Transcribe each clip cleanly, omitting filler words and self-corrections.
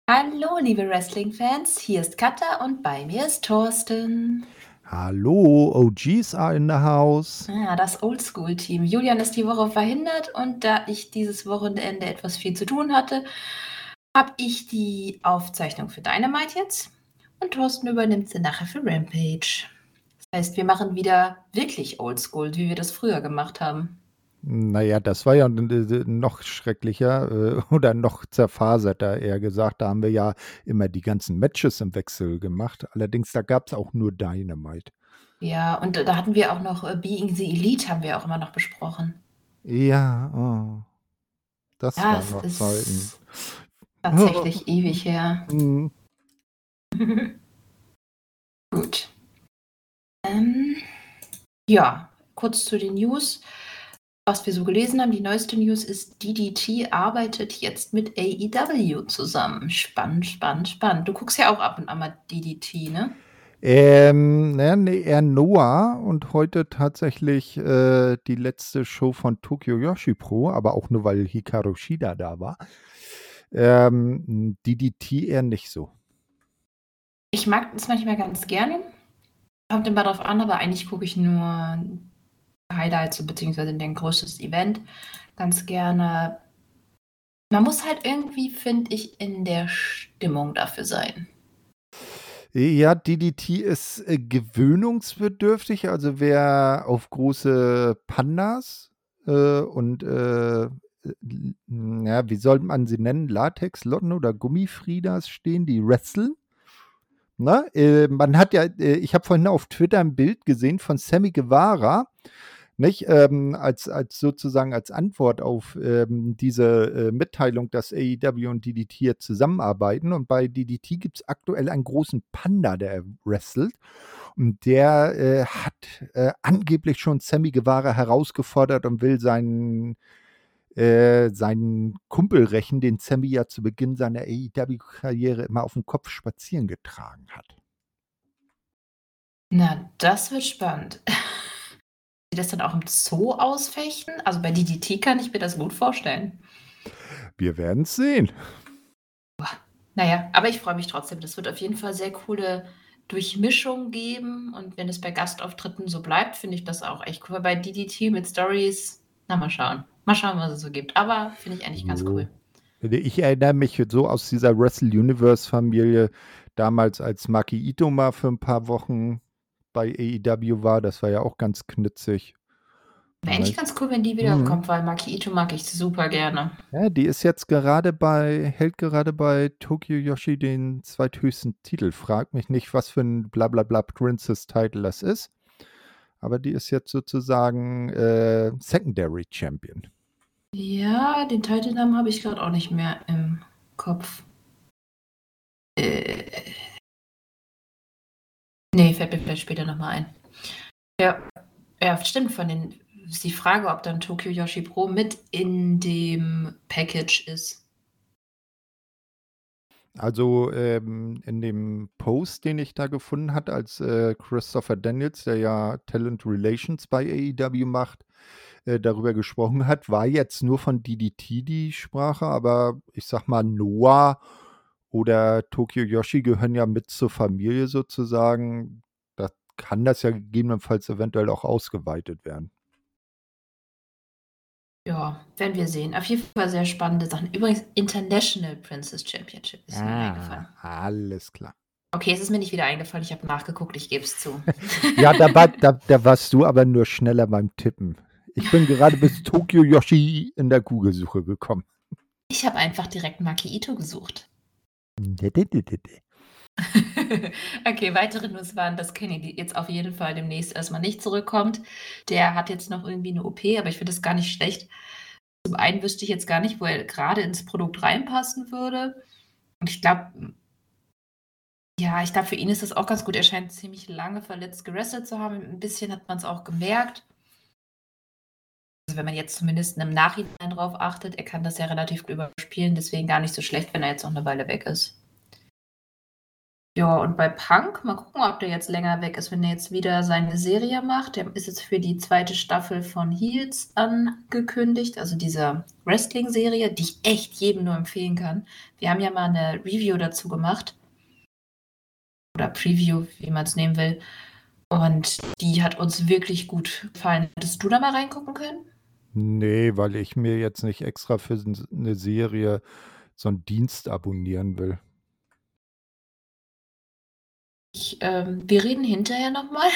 Hallo, liebe Wrestling-Fans, hier ist Katja und bei mir ist Thorsten. Hallo, OGs are in the house. Ja, das Oldschool-Team. Julian ist die Woche verhindert und da ich dieses Wochenende etwas viel zu tun hatte, habe ich die Aufzeichnung für Dynamite jetzt und Thorsten übernimmt sie nachher für Rampage. Das heißt, wir machen wieder wirklich Oldschool, wie wir das früher gemacht haben. Naja, das war ja noch schrecklicher oder noch zerfaserter, eher gesagt. Da haben wir ja immer die ganzen Matches im Wechsel gemacht. Allerdings, da gab es auch nur Dynamite. Ja, und da hatten wir auch noch Being the Elite, haben wir auch immer noch besprochen. Ja, oh, das Ja, waren es noch Zeiten. ist tatsächlich ewig her. Hm. Gut. Ja, kurz zu den News. Was wir so gelesen haben, die neueste News ist, DDT arbeitet jetzt mit AEW zusammen. Spannend, spannend, spannend. Du guckst ja auch ab und an mal DDT, ne? Naja, nee, eher Noah und heute tatsächlich die letzte Show von Tokyo Yoshi Pro, aber auch nur, weil Hikaru Shida da war. DDT eher nicht so. Ich mag das manchmal ganz gerne. Kommt immer drauf an, aber eigentlich gucke ich nur Highlights beziehungsweise den größtes Event ganz gerne. Man muss halt irgendwie, finde ich, in der Stimmung dafür sein. Ja, DDT ist gewöhnungsbedürftig. Also wer auf große Pandas ja, wie soll man sie nennen? Latexlotten oder Gummifridas stehen, die wresteln. Ne? Man hat ja, ich habe vorhin auf Twitter ein Bild gesehen von Sammy Guevara, nicht? Als sozusagen als Antwort auf diese Mitteilung, dass AEW und DDT hier zusammenarbeiten. Und bei DDT gibt es aktuell einen großen Panda, der wrestelt. Und der hat angeblich schon Sammy Guevara herausgefordert und will seinen Kumpel rächen, den Sammy ja zu Beginn seiner AEW-Karriere immer auf dem Kopf spazieren getragen hat. Na, das wird spannend. Die das dann auch im Zoo ausfechten? Also bei DDT kann ich mir das gut vorstellen. Wir werden es sehen. Naja, aber ich freue mich trotzdem. Das wird auf jeden Fall sehr coole Durchmischung geben. Und wenn es bei Gastauftritten so bleibt, finde ich das auch echt cool. Bei DDT mit Stories, na mal schauen. Mal schauen, was es so gibt. Aber finde ich eigentlich ganz So. cool. Ich erinnere mich so aus dieser Wrestle Universe-Familie, damals als Maki Ito mal für ein paar Wochen bei AEW war, das war ja auch ganz knitzig. Wäre eigentlich Nicht? ganz cool, wenn die Mhm. wiederkommt, weil Maki Ito mag ich super gerne. Ja, die ist jetzt hält gerade bei Tokyo Yoshi den zweithöchsten Titel. Frag mich nicht, was für ein Blablabla Princess Title das ist. Aber die ist jetzt sozusagen Secondary Champion. Ja, den Titelnamen habe ich gerade auch nicht mehr im Kopf. Äh, nee, fällt mir vielleicht später nochmal ein. Ja, ja, stimmt. Ist die Frage, ob dann Tokyo Yoshi Pro mit in dem Package ist. Also in dem Post, den ich da gefunden hatte, als Christopher Daniels, der ja Talent Relations bei AEW macht, darüber gesprochen hat, war jetzt nur von DDT die Sprache, aber ich sag mal, Noah oder Tokyo Yoshi gehören ja mit zur Familie sozusagen. Da kann das ja gegebenenfalls eventuell auch ausgeweitet werden. Ja, werden wir sehen. Auf jeden Fall sehr spannende Sachen. Übrigens, International Princess Championship ist mir Ah, eingefallen. alles klar. Okay, es ist mir nicht wieder eingefallen. Ich habe nachgeguckt, ich gebe es zu. Ja, da warst du aber nur schneller beim Tippen. Ich bin gerade bis Tokyo Yoshi in der Google-Suche gekommen. Ich habe einfach direkt Maki Ito gesucht. Okay, weitere News waren, dass Kenny jetzt auf jeden Fall demnächst erstmal nicht zurückkommt. Der hat jetzt noch irgendwie eine OP, aber ich finde das gar nicht schlecht. Zum einen wüsste ich jetzt gar nicht, wo er gerade ins Produkt reinpassen würde. Und ich glaube, für ihn ist das auch ganz gut. Er scheint ziemlich lange verletzt gewrestelt zu haben. Ein bisschen hat man es auch gemerkt. Also wenn man jetzt zumindest im Nachhinein drauf achtet, er kann das ja relativ gut überspielen, deswegen gar nicht so schlecht, wenn er jetzt noch eine Weile weg ist. Ja, und bei Punk, mal gucken, ob der jetzt länger weg ist, wenn er jetzt wieder seine Serie macht. Der ist jetzt für die zweite Staffel von Heels angekündigt, also dieser Wrestling-Serie, die ich echt jedem nur empfehlen kann. Wir haben ja mal eine Review dazu gemacht. Oder Preview, wie man es nehmen will. Und die hat uns wirklich gut gefallen. Hättest du da mal reingucken können? Nee, weil ich mir jetzt nicht extra für eine Serie so einen Dienst abonnieren will. Wir reden hinterher nochmal.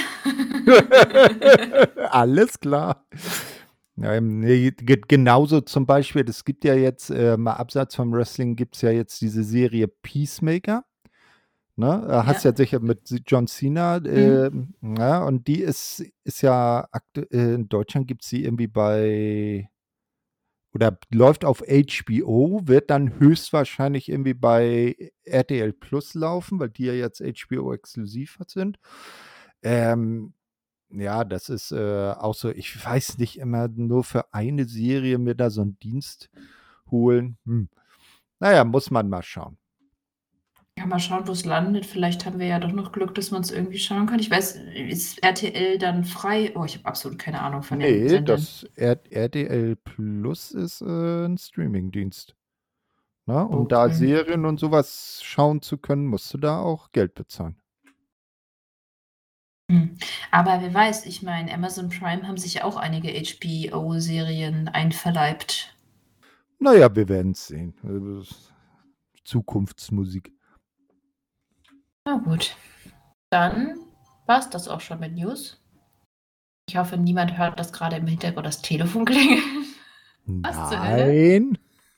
Alles klar. Ja, nee, genauso zum Beispiel, es gibt ja jetzt, mal abseits vom Wrestling, gibt es ja jetzt diese Serie Peacemaker. Ne? Hast Ja. ja sicher mit John Cena, Mhm. ja, und die ist ja in Deutschland gibt es sie irgendwie bei oder läuft auf HBO, wird dann höchstwahrscheinlich irgendwie bei RTL Plus laufen, weil die ja jetzt HBO exklusiv sind. Ähm, ja, das ist auch so, ich weiß nicht immer nur für eine Serie mir da so einen Dienst holen. Naja, muss man mal schauen. Ja, mal schauen, wo es landet. Vielleicht haben wir ja doch noch Glück, dass man es irgendwie schauen kann. Ich weiß, ist RTL dann frei? Oh, ich habe absolut keine Ahnung von den Nee, Sendern. das RTL Plus ist 'n Streamingdienst, ne? Um da Okay. Serien und sowas schauen zu können, musst du da auch Geld bezahlen. Hm. Aber wer weiß, ich meine, Amazon Prime haben sich ja auch einige HBO-Serien einverleibt. Na ja, wir werden's sehen. Zukunftsmusik. Na gut, dann war's das auch schon mit News. Ich hoffe, niemand hört, dass gerade im Hintergrund das Telefon klingelt. Was zur Hölle? Nein.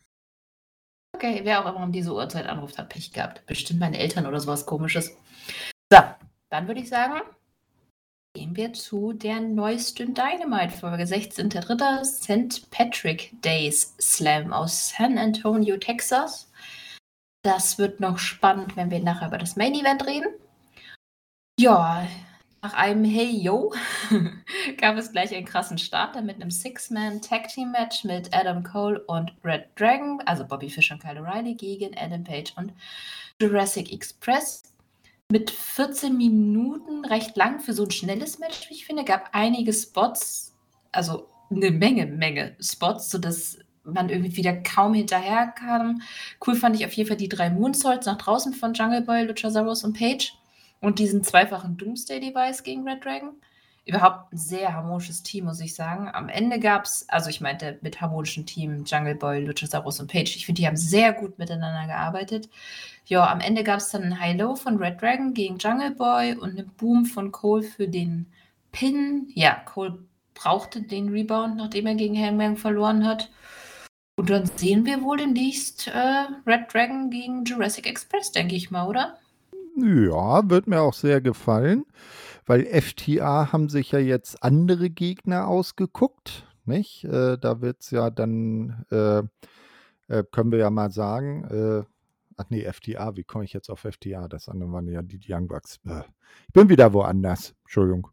Okay, wer auch immer um diese Uhrzeit anruft, hat Pech gehabt. Bestimmt meine Eltern oder sowas Komisches. So, dann würde ich sagen, gehen wir zu der neuesten Dynamite-Folge. 16.03. St. Patrick Days Slam aus San Antonio, Texas. Das wird noch spannend, wenn wir nachher über das Main Event reden. Ja, nach einem Hey Yo gab es gleich einen krassen Starter mit einem Six-Man-Tag-Team-Match mit Adam Cole und Red Dragon, also Bobby Fish und Kyle O'Reilly gegen Adam Page und Jurassic Express. Mit 14 Minuten, recht lang für so ein schnelles Match, wie ich finde, gab einige Spots, also eine Menge Spots, sodass man irgendwie wieder kaum hinterherkam. Cool fand ich auf jeden Fall die 3 Moonsaults nach draußen von Jungle Boy, Luchasaurus und Page und diesen zweifachen Doomsday-Device gegen Red Dragon. Überhaupt ein sehr harmonisches Team, muss ich sagen. Am Ende gab's, also ich meinte mit harmonischem Team Jungle Boy, Luchasaurus und Page. Ich finde, die haben sehr gut miteinander gearbeitet. Ja, am Ende gab es dann ein High-Low von Red Dragon gegen Jungle Boy und einen Boom von Cole für den Pin. Ja, Cole brauchte den Rebound, nachdem er gegen Hangman verloren hat. Und dann sehen wir wohl demnächst Red Dragon gegen Jurassic Express, denke ich mal, oder? Ja, wird mir auch sehr gefallen, weil FTA haben sich ja jetzt andere Gegner ausgeguckt, nicht? Da wird's ja dann, können wir ja mal sagen, ach nee, FTA, wie komme ich jetzt auf FTA? Das andere waren ja die Young Bucks. Ich bin wieder woanders. Entschuldigung.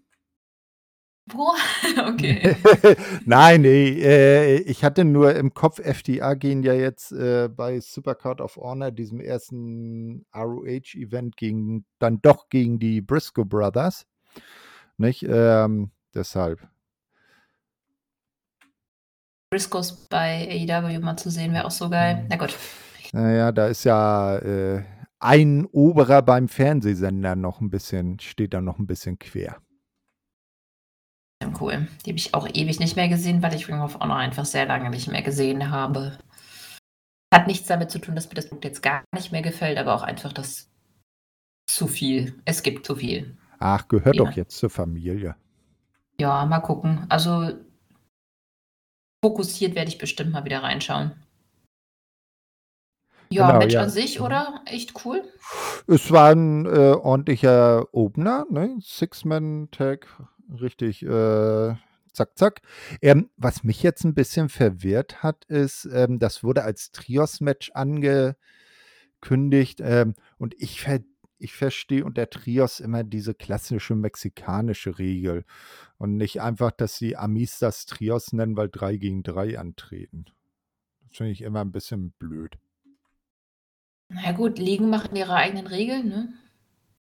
Wo? Okay. Nein, ne, ich hatte nur im Kopf, FDA gehen ja jetzt, bei Supercard of Honor, diesem ersten ROH-Event dann doch gegen die Briscoe Brothers, nicht? Deshalb. Briscoes bei AEW mal zu sehen, wäre auch so geil. Na gut. Na ja, da ist ja, ein Oberer beim Fernsehsender noch ein bisschen steht da noch ein bisschen quer. Cool. Die habe ich auch ewig nicht mehr gesehen, weil ich Ring of Honor einfach sehr lange nicht mehr gesehen habe. Hat nichts damit zu tun, dass mir das Produkt jetzt gar nicht mehr gefällt, aber auch einfach das zu viel. Es gibt zu viel. Ach, gehört doch Ja, jetzt zur Familie. ja, mal gucken. Also fokussiert werde ich bestimmt mal wieder reinschauen. Ja, Genau, Match ja. an sich, oder? Echt cool. Es war ein ordentlicher Opener, ne? Six-Man-Tag, richtig, zack, zack. Was mich jetzt ein bisschen verwirrt hat, ist, das wurde als Trios-Match angekündigt, und ich verstehe unter Trios immer diese klassische mexikanische Regel und nicht einfach, dass die Amis das Trios nennen, weil 3 gegen 3 antreten. Das finde ich immer ein bisschen blöd. Na ja gut, Ligen machen ihre eigenen Regeln, ne?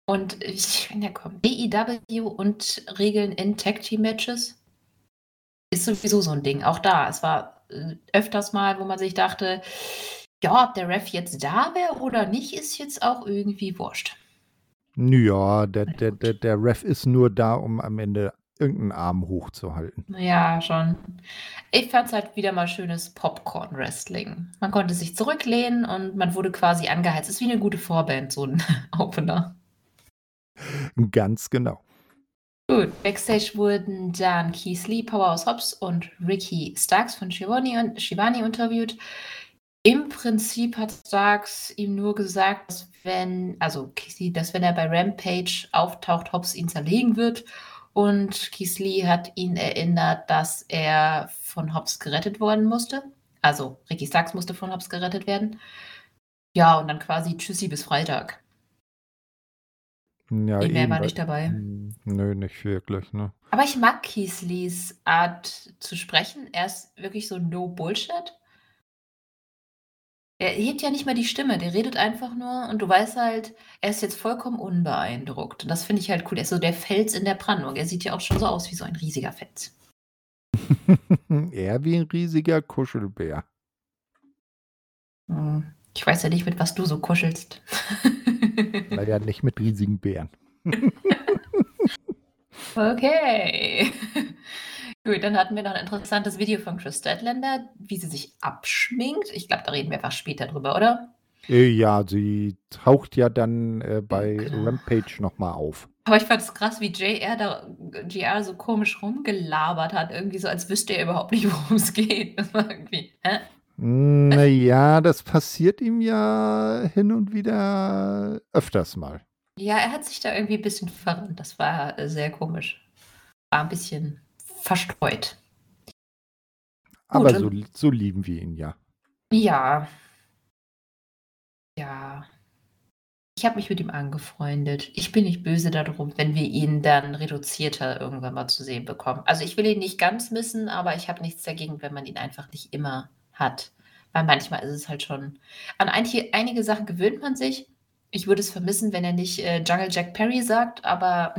Und ja komm, AEW und Regeln in Tag-Team-Matches ist sowieso so 'n Ding. Auch da, es war, öfters mal, wo man sich dachte: „Ja, ob der Ref jetzt da wäre oder nicht, ist jetzt auch irgendwie wurscht.“ Ja, der, Na der, der, gut. der Ref ist nur da, um am Ende irgendeinen Arm hochzuhalten. Ja, schon. Ich fand's halt wieder mal schönes Popcorn-Wrestling. Man konnte sich zurücklehnen und man wurde quasi angeheizt. Ist wie 'ne gute Vorband, so 'n Opener. Ganz genau. Gut, Backstage wurden dann Keith Lee, Powerhouse Hobbs und Ricky Starks von Shivani interviewt. Im Prinzip hat Starks ihm nur gesagt, Keith Lee, dass wenn er bei Rampage auftaucht, Hobbs ihn zerlegen wird. Und Keith Lee hat ihn erinnert, dass er von Hobbs gerettet worden musste. Also Ricky Starks musste von Hobbs gerettet werden. Ja, und dann quasi Tschüssi bis Freitag. Ja, Viel mehr eben. war nicht dabei. Nö, nicht wirklich, ne? Aber ich mag Keith Lees Art zu sprechen. Er ist wirklich so no Bullshit. Er hebt ja nicht mal die Stimme, der redet einfach nur und du weißt halt, er ist jetzt vollkommen unbeeindruckt. Und das finde ich halt cool. Er ist so der Fels in der Brandung. Er sieht ja auch schon so aus wie so ein riesiger Fels. Eher wie ein riesiger Kuschelbär. Ich weiß ja nicht, mit was du so kuschelst. Naja, nicht mit riesigen Bären. Okay. Gut, dann hatten wir noch ein interessantes Video von Chris Statlander, wie sie sich abschminkt. Ich glaube, da reden wir einfach später drüber, oder? Ja, sie taucht ja dann bei Genau. Rampage nochmal auf. Aber ich fand's krass, wie JR so komisch rumgelabert hat, irgendwie so, als wüsste er überhaupt nicht, worum's geht. Das war irgendwie, hä? Na Was? ja, das passiert ihm ja hin und wieder öfters mal. Ja, er hat sich da irgendwie 'n bisschen verrannt. Das war, sehr komisch. War 'n bisschen verstreut. Gut Aber so, und so lieben wir ihn ja. ja, ja. Ich habe mich mit ihm angefreundet. Ich bin nicht böse darum, wenn wir ihn dann reduzierter irgendwann mal zu sehen bekommen. Also, ich will ihn nicht ganz missen, aber ich habe nichts dagegen, wenn man ihn einfach nicht immer hat. Weil manchmal ist es halt schon an einige Sachen gewöhnt man sich. Ich würde es vermissen, wenn er nicht, Jungle Jack Perry sagt, aber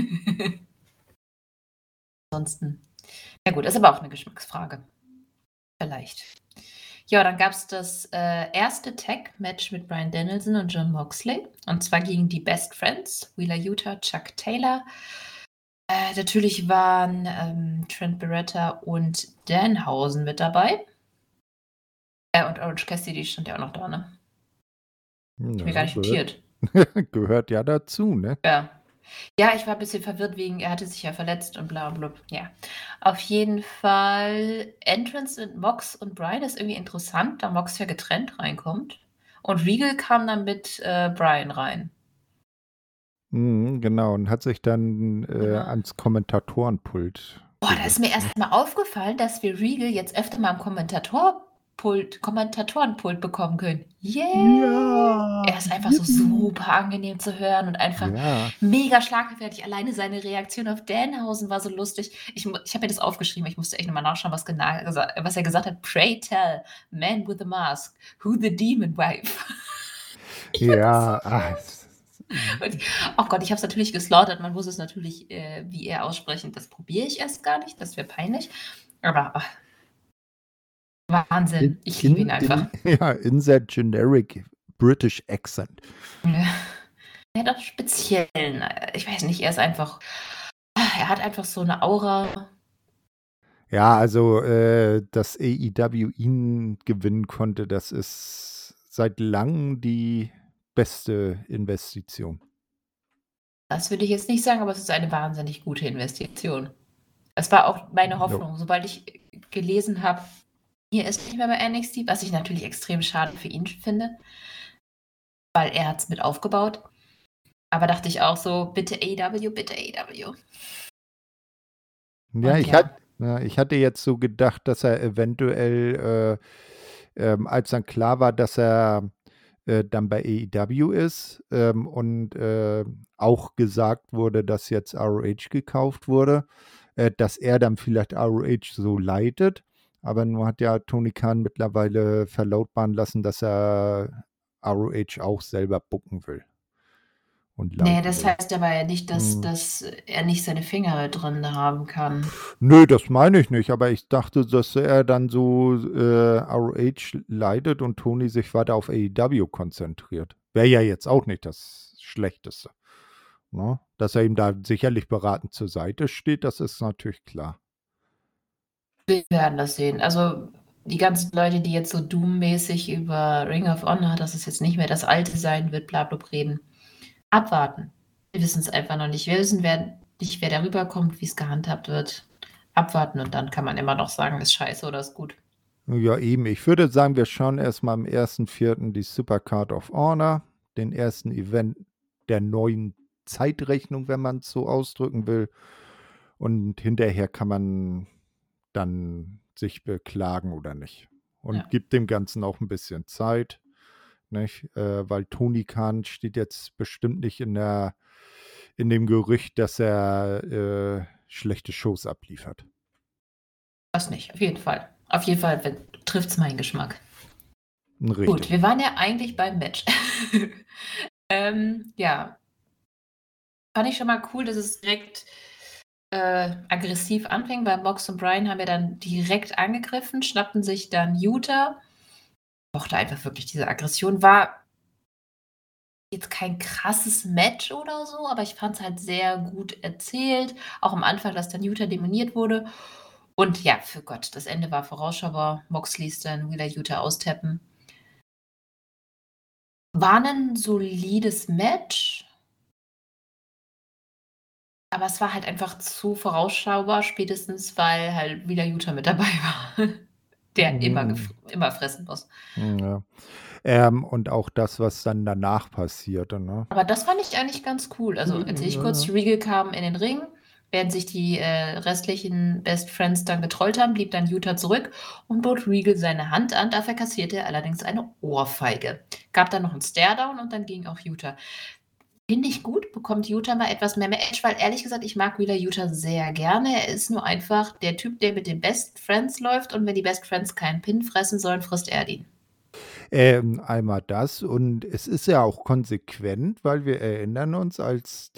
ansonsten ja gut, ist aber auch 'ne Geschmacksfrage. Vielleicht. Ja, dann gab's das, erste Tag-Match mit Bryan Danielson und Jon Moxley. Und zwar gegen die Best Friends, Wheeler Yuta, Chuck Taylor. Natürlich waren, Trent Beretta und Danhausen mit dabei. Und Orange Cassidy stand ja auch noch da, ne? Habe ich mir gar Ja, nicht notiert. gehört ja dazu, ne? Ja. Ja, ich war 'n bisschen verwirrt wegen er hatte sich ja verletzt und bla und blub. Ja. Auf jeden Fall Entrance mit Mox und Bryan ist irgendwie interessant, da Mox ja getrennt reinkommt. Und Regal kam dann mit, Bryan rein. Genau, und hat sich dann Genau. ans Kommentatorenpult Boah, da ist mir gesetzt, ne? erst mal aufgefallen, dass wir Regal jetzt öfter mal am Kommentatorenpult bekommen können. Yay! Ja, Er ist einfach so yippie. super angenehm zu hören und einfach Ja, mega schlagfertig. Alleine seine Reaktion auf Danhausen war so lustig. Ich habe mir das aufgeschrieben, ich musste echt noch mal nachschauen, was er gesagt hat. „Pray tell, man with a mask, who the demon wife?“ Ich fand das so ja, krass. Und oh Gott, ich habe es natürlich geslaughtert. Man muss es natürlich, wie er aussprechen. Das probiere ich erst gar nicht, das wäre peinlich. Aber, in, Wahnsinn. Ich liebe ihn einfach. ja, in that generic British accent. Ja. Er hat auch speziellen ich weiß nicht, er ist einfach er hat einfach so 'ne Aura. Ja, also, dass AEW ihn gewinnen konnte, das ist seit langem die beste Investition. Das würde ich jetzt nicht sagen, aber es ist eine wahnsinnig gute Investition. Es war auch meine Jo. Hoffnung, sobald ich gelesen habe, er ist nicht mehr bei NXT, was ich natürlich extrem schade für ihn finde, weil er hat's mit aufgebaut. Aber dachte ich auch so: „Bitte AEW, bitte AEW.“ Ja, Und ja. ich hatte jetzt so gedacht, dass er eventuell, als dann klar war, dass er, dann bei AEW ist, und, auch gesagt wurde, dass jetzt ROH gekauft wurde, dass er dann vielleicht ROH so leitet. Aber nun hat ja Tony Khan mittlerweile verlautbaren lassen, dass er ROH auch selber booken will. und Nee, leiten das will. heißt aber ja nicht, dass, Hm. dass er nicht seine Finger drin haben kann. Nö, das meine ich nicht, aber ich dachte, dass er dann so ROH leitet und Tony sich weiter auf AEW konzentriert. Wäre ja jetzt auch nicht das Schlechteste. Ne? Dass er ihm da sicherlich beratend zur Seite steht, das ist natürlich klar. Wir werden das sehen. Also die ganzen Leute, die jetzt so Doom-mäßig über Ring of Honor, dass es jetzt nicht mehr das Alte sein wird, blablabla reden. Abwarten. Wir wissen es einfach noch nicht. Wir wissen nicht, wer darüber kommt, wie es gehandhabt wird. Abwarten und dann kann man immer noch sagen, ist scheiße oder ist gut. Ja, eben. Ich würde sagen, wir schauen erstmal am 1.4. die Supercard of Honor, den ersten Event der neuen Zeitrechnung, wenn man es so ausdrücken will. Und hinterher kann man dann sich beklagen oder nicht. Und Ja. gibt dem Ganzen auch ein bisschen Zeit, nicht? Weil Tony Khan steht jetzt bestimmt nicht in dem Gerücht, dass er schlechte Shows abliefert. Das nicht, auf jeden Fall. Auf jeden Fall trifft es meinen Geschmack. Gut, Richtig. wir waren ja eigentlich beim Match. Ja, fand ich schon mal cool, dass es direkt aggressiv anfing, weil Mox und Brian haben ja dann direkt angegriffen, schnappten sich dann Utah. Mochte einfach wirklich diese Aggression. War jetzt kein krasses Match oder so, aber ich fand es halt sehr gut erzählt. Auch am Anfang, dass dann Utah demoniert wurde. Und ja, für Gott, das Ende war vorausschaubar. Mox ließ dann wieder Utah austappen. War ein solides Match, aber es war halt einfach zu vorausschaubar, spätestens weil halt wieder Utah mit dabei war, der immer fressen muss. Ja. Und auch das, was dann danach passierte, ne? Aber das fand ich eigentlich ganz cool. Also erzähle ich kurz, Ja. Regal kam in den Ring, während sich die restlichen Best Friends dann getrollt haben, blieb dann Utah zurück und bot Regal seine Hand an, dafür kassierte er allerdings eine Ohrfeige. Gab dann noch einen Staredown und dann ging auch Utah. Finde ich gut, bekommt Utah mal etwas mehr Match, weil ehrlich gesagt, ich mag Wheeler Utah sehr gerne. Er ist nur einfach der Typ, der mit den Best Friends läuft und wenn die Best Friends keinen Pin fressen sollen, frisst er den. Einmal das und es ist ja auch konsequent, weil wir erinnern uns, als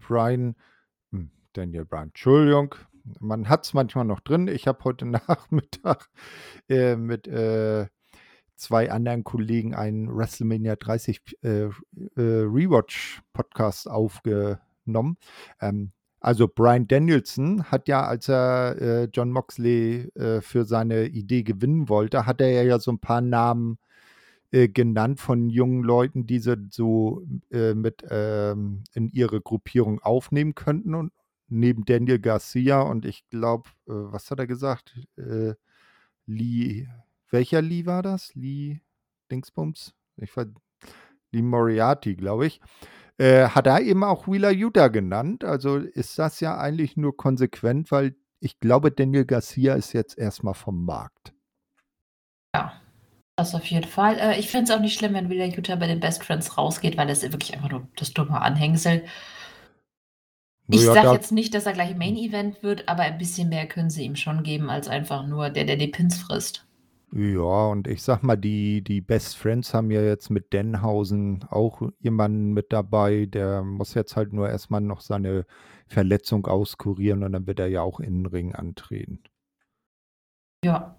Daniel Bryan, Entschuldigung, man hat es manchmal noch drin. Ich habe heute Nachmittag mit 2 anderen Kollegen einen WrestleMania 30 Rewatch-Podcast aufgenommen. Also Bryan Danielson hat ja, als er John Moxley für seine Idee gewinnen wollte, hat er ja so ein paar Namen genannt von jungen Leuten, die sie so mit in ihre Gruppierung aufnehmen könnten. Und neben Daniel Garcia und ich glaube, was hat er gesagt? Lee, welcher Lee war das? Lee Dingsbums? Lee Moriarty, glaube ich. Hat er eben auch Wheeler Utah genannt. Also ist das ja eigentlich nur konsequent, weil ich glaube, Daniel Garcia ist jetzt erstmal vom Markt. Ja, das auf jeden Fall. Ich finde es auch nicht schlimm, wenn Wheeler Utah bei den Best Friends rausgeht, weil das ist wirklich einfach nur das dumme Anhängsel. Ich Naja, sage da, jetzt nicht, dass er gleich Main Event wird, aber ein bisschen mehr können sie ihm schon geben, als einfach nur der die Pins frisst. ja, und ich sag mal, die Best Friends haben ja jetzt mit Denhausen auch jemanden mit dabei, der muss jetzt halt nur erstmal noch seine Verletzung auskurieren und dann wird er ja auch in den Ring antreten. Ja.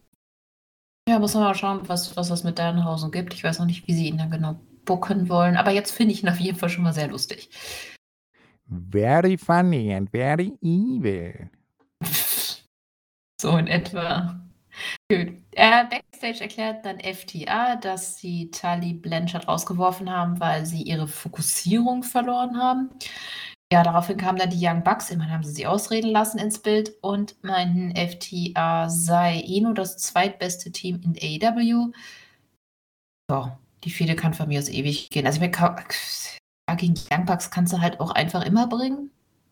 Ja, muss man mal schauen, was das mit Danhausen gibt. Ich weiß noch nicht, wie sie ihn dann genau booken wollen, aber jetzt finde ich ihn auf jeden Fall schon mal sehr lustig. Very funny and very evil. So in etwa. Gut. Backstage erklärt dann FTA, dass sie Tully Blanchard rausgeworfen haben, weil sie ihre Fokussierung verloren haben. Ja, daraufhin kamen dann die Young Bucks, immerhin haben sie ausreden lassen ins Bild und meinten, FTA sei nur das zweitbeste Team in AEW. Ja, die Fehde kann von mir aus ewig gehen. Also gegen die Young Bucks kannst du halt auch einfach immer bringen.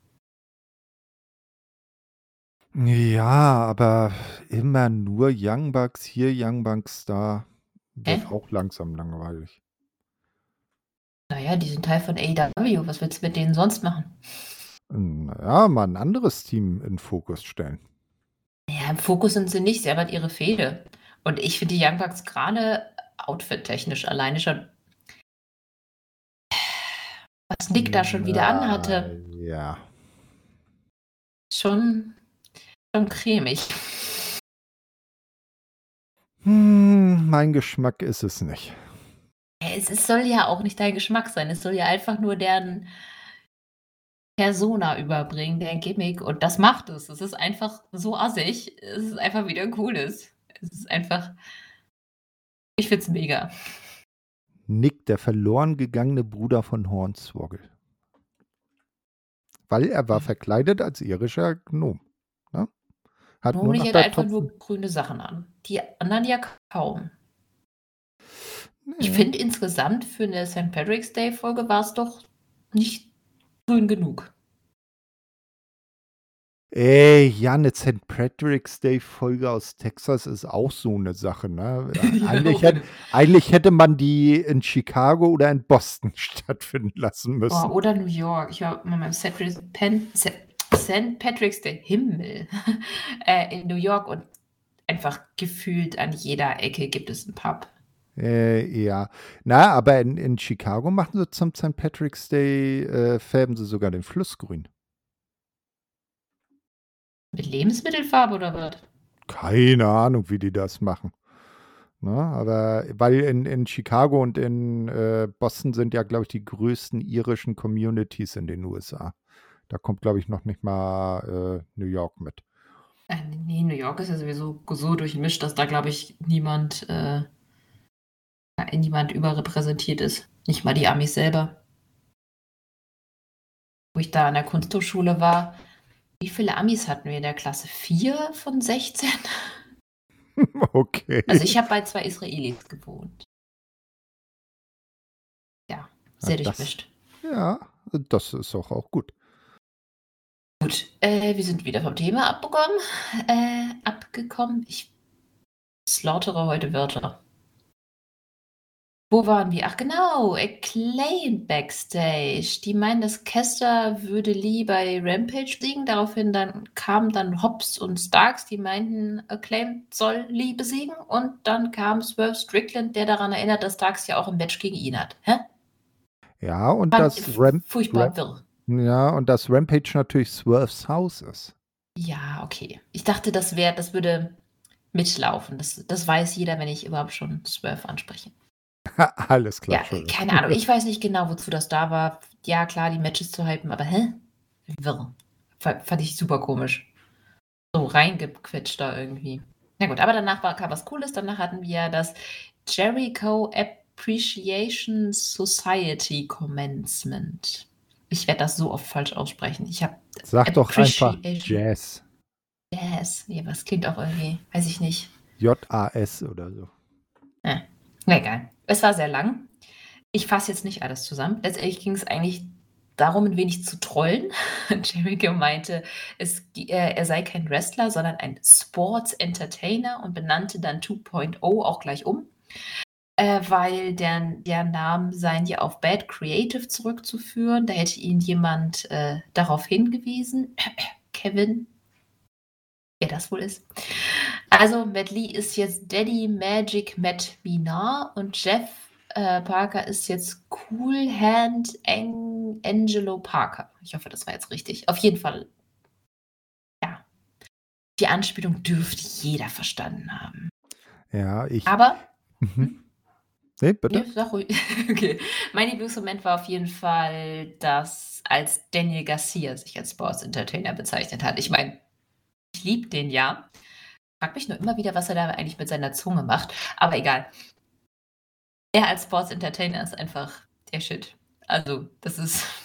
Ja, aber immer nur Young Bucks hier, Young Bucks da, wird auch langsam langweilig. Naja, die sind Teil von AEW. Was willst du mit denen sonst machen? Naja, mal ein anderes Team in Fokus stellen. Ja, im Fokus sind sie nicht, sie haben halt ihre Fehde. Und ich finde die Young Bucks gerade outfit-technisch alleine schon. Nick da schon wieder anhatte. Ja. Schon cremig. Mein Geschmack ist es nicht. Es soll ja auch nicht dein Geschmack sein. Es soll ja einfach nur deren Persona überbringen, deren Gimmick. Und das macht es. Es ist einfach so assig. Es ist einfach wieder Cooles. Es ist einfach. Ich find's mega. Nick, der verloren gegangene Bruder von Hornswoggle. Weil er war verkleidet als irischer Gnom. Ne? Hat nur Normally noch hat da einfach nur grüne Sachen an. Die anderen ja kaum. Ich Nee. finde insgesamt für eine St. Patrick's Day Folge war es doch nicht grün genug. Ey, ja, eine St. Patrick's Day Folge aus Texas ist auch so eine Sache, ne? Eigentlich hätte man die in Chicago oder in Boston stattfinden lassen müssen. Oder New York. Ich war mal beim St. Patrick's Day Himmel in New York und einfach gefühlt an jeder Ecke gibt es einen Pub. Ja. Na, aber in Chicago machen sie zum St. Patrick's Day, färben sie sogar den Fluss grün. Mit Lebensmittelfarbe oder was? Keine Ahnung, wie die das machen. Na, aber weil in Chicago und in Boston sind ja, glaube ich, die größten irischen Communities in den USA. Da kommt, glaube ich, noch nicht mal New York mit. Nee, New York ist ja sowieso so durchmischt, dass da, glaube ich, niemand überrepräsentiert ist. Nicht mal die Amis selber. Wo ich da an der Kunsthochschule war, wie viele Amis hatten wir in der Klasse? 4 von 16? Okay. Also ich habe bei 2 Israelis gewohnt. Ja, sehr durchmischt. Ja, das ist auch gut. Gut, wir sind wieder vom Thema abgekommen. Ich slaughtere heute Wörter. Wo waren wir? Ach genau, Acclaim Backstage. Die meinen, dass Kester würde Lee bei Rampage besiegen. Daraufhin kamen dann Hobbs und Starks, die meinten, Acclaim soll Lee besiegen. Und dann kam Swerve Strickland, der daran erinnert, dass Starks ja auch ein Match gegen ihn hat. Hä? Ja, und furchtbar wirr. Ja, und das Rampage natürlich Swerves Haus ist. Ja, okay. Ich dachte, das würde mitlaufen. Das weiß jeder, wenn ich überhaupt schon Swerve anspreche. Alles klar. Ja, keine Ahnung. Ich weiß nicht genau, wozu das da war. Ja, klar, die Matches zu hypen, aber wirr. Fand ich super komisch. So reingequetscht da irgendwie. Na gut, aber danach kam was Cooles. Danach hatten wir das Jericho Appreciation Society Commencement. Ich werde das so oft falsch aussprechen. Sag doch einfach Jazz. Jazz. Ja, was klingt auch irgendwie, weiß ich nicht. JAS oder so. Ja, egal. Es war sehr lang. Ich fasse jetzt nicht alles zusammen. Letztendlich ging es eigentlich darum, ein wenig zu trollen. Jericho meinte, er sei kein Wrestler, sondern ein Sports Entertainer und benannte dann 2.0 auch gleich um, weil der Namen seien ja auf Bad Creative zurückzuführen. Da hätte ihn jemand darauf hingewiesen. Kevin, wer das wohl ist. Also Matt Lee ist jetzt Daddy Magic Matt Minar und Jeff Parker ist jetzt Cool Hand Angelo Parker. Ich hoffe, das war jetzt richtig. Auf jeden Fall, ja. Die Anspielung dürfte jeder verstanden haben. Ja, Aber. Nee, bitte. Ja, sag ruhig. Okay. Mein Lieblingsmoment war auf jeden Fall, dass als Daniel Garcia sich als Sports Entertainer bezeichnet hat. Ich meine, ich liebe den ja. Frag mich nur immer wieder, was er da eigentlich mit seiner Zunge macht. Aber egal. Er als Sports Entertainer ist einfach der Shit. Also, das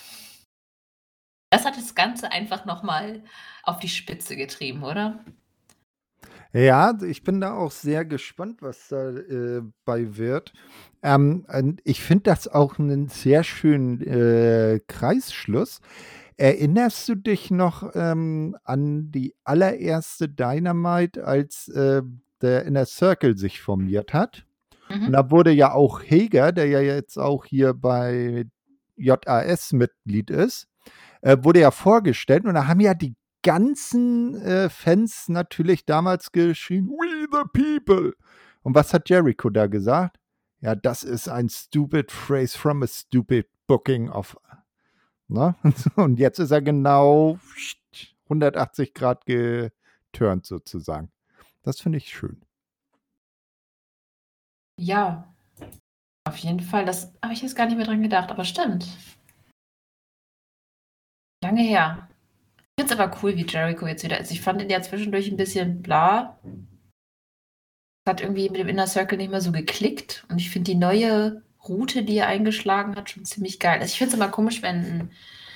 hat das Ganze einfach nochmal auf die Spitze getrieben, oder? Ja, ich bin da auch sehr gespannt, was da bei wird. Ich finde das auch einen sehr schönen Kreisschluss. Erinnerst du dich noch an die allererste Dynamite, als der Inner Circle sich formiert hat? Und da wurde ja auch Hager, der ja jetzt auch hier bei JAS Mitglied ist, wurde ja vorgestellt. Und da haben ja die ganzen Fans natürlich damals geschrien, "We the people!" Und was hat Jericho da gesagt? Ja, das ist ein stupid phrase from a stupid booking of Ne? Und jetzt ist er genau 180 Grad geturnt sozusagen. Das finde ich schön. Ja, auf jeden Fall. Das habe ich jetzt gar nicht mehr dran gedacht, aber stimmt. Lange her. Ich finde es aber cool, wie Jericho jetzt wieder ist. Ich fand ihn ja zwischendurch ein bisschen bla. Hat irgendwie mit dem Inner Circle nicht mehr so geklickt. Und ich finde die neue Route, die er eingeschlagen hat, schon ziemlich geil. Also ich finde es immer komisch, wenn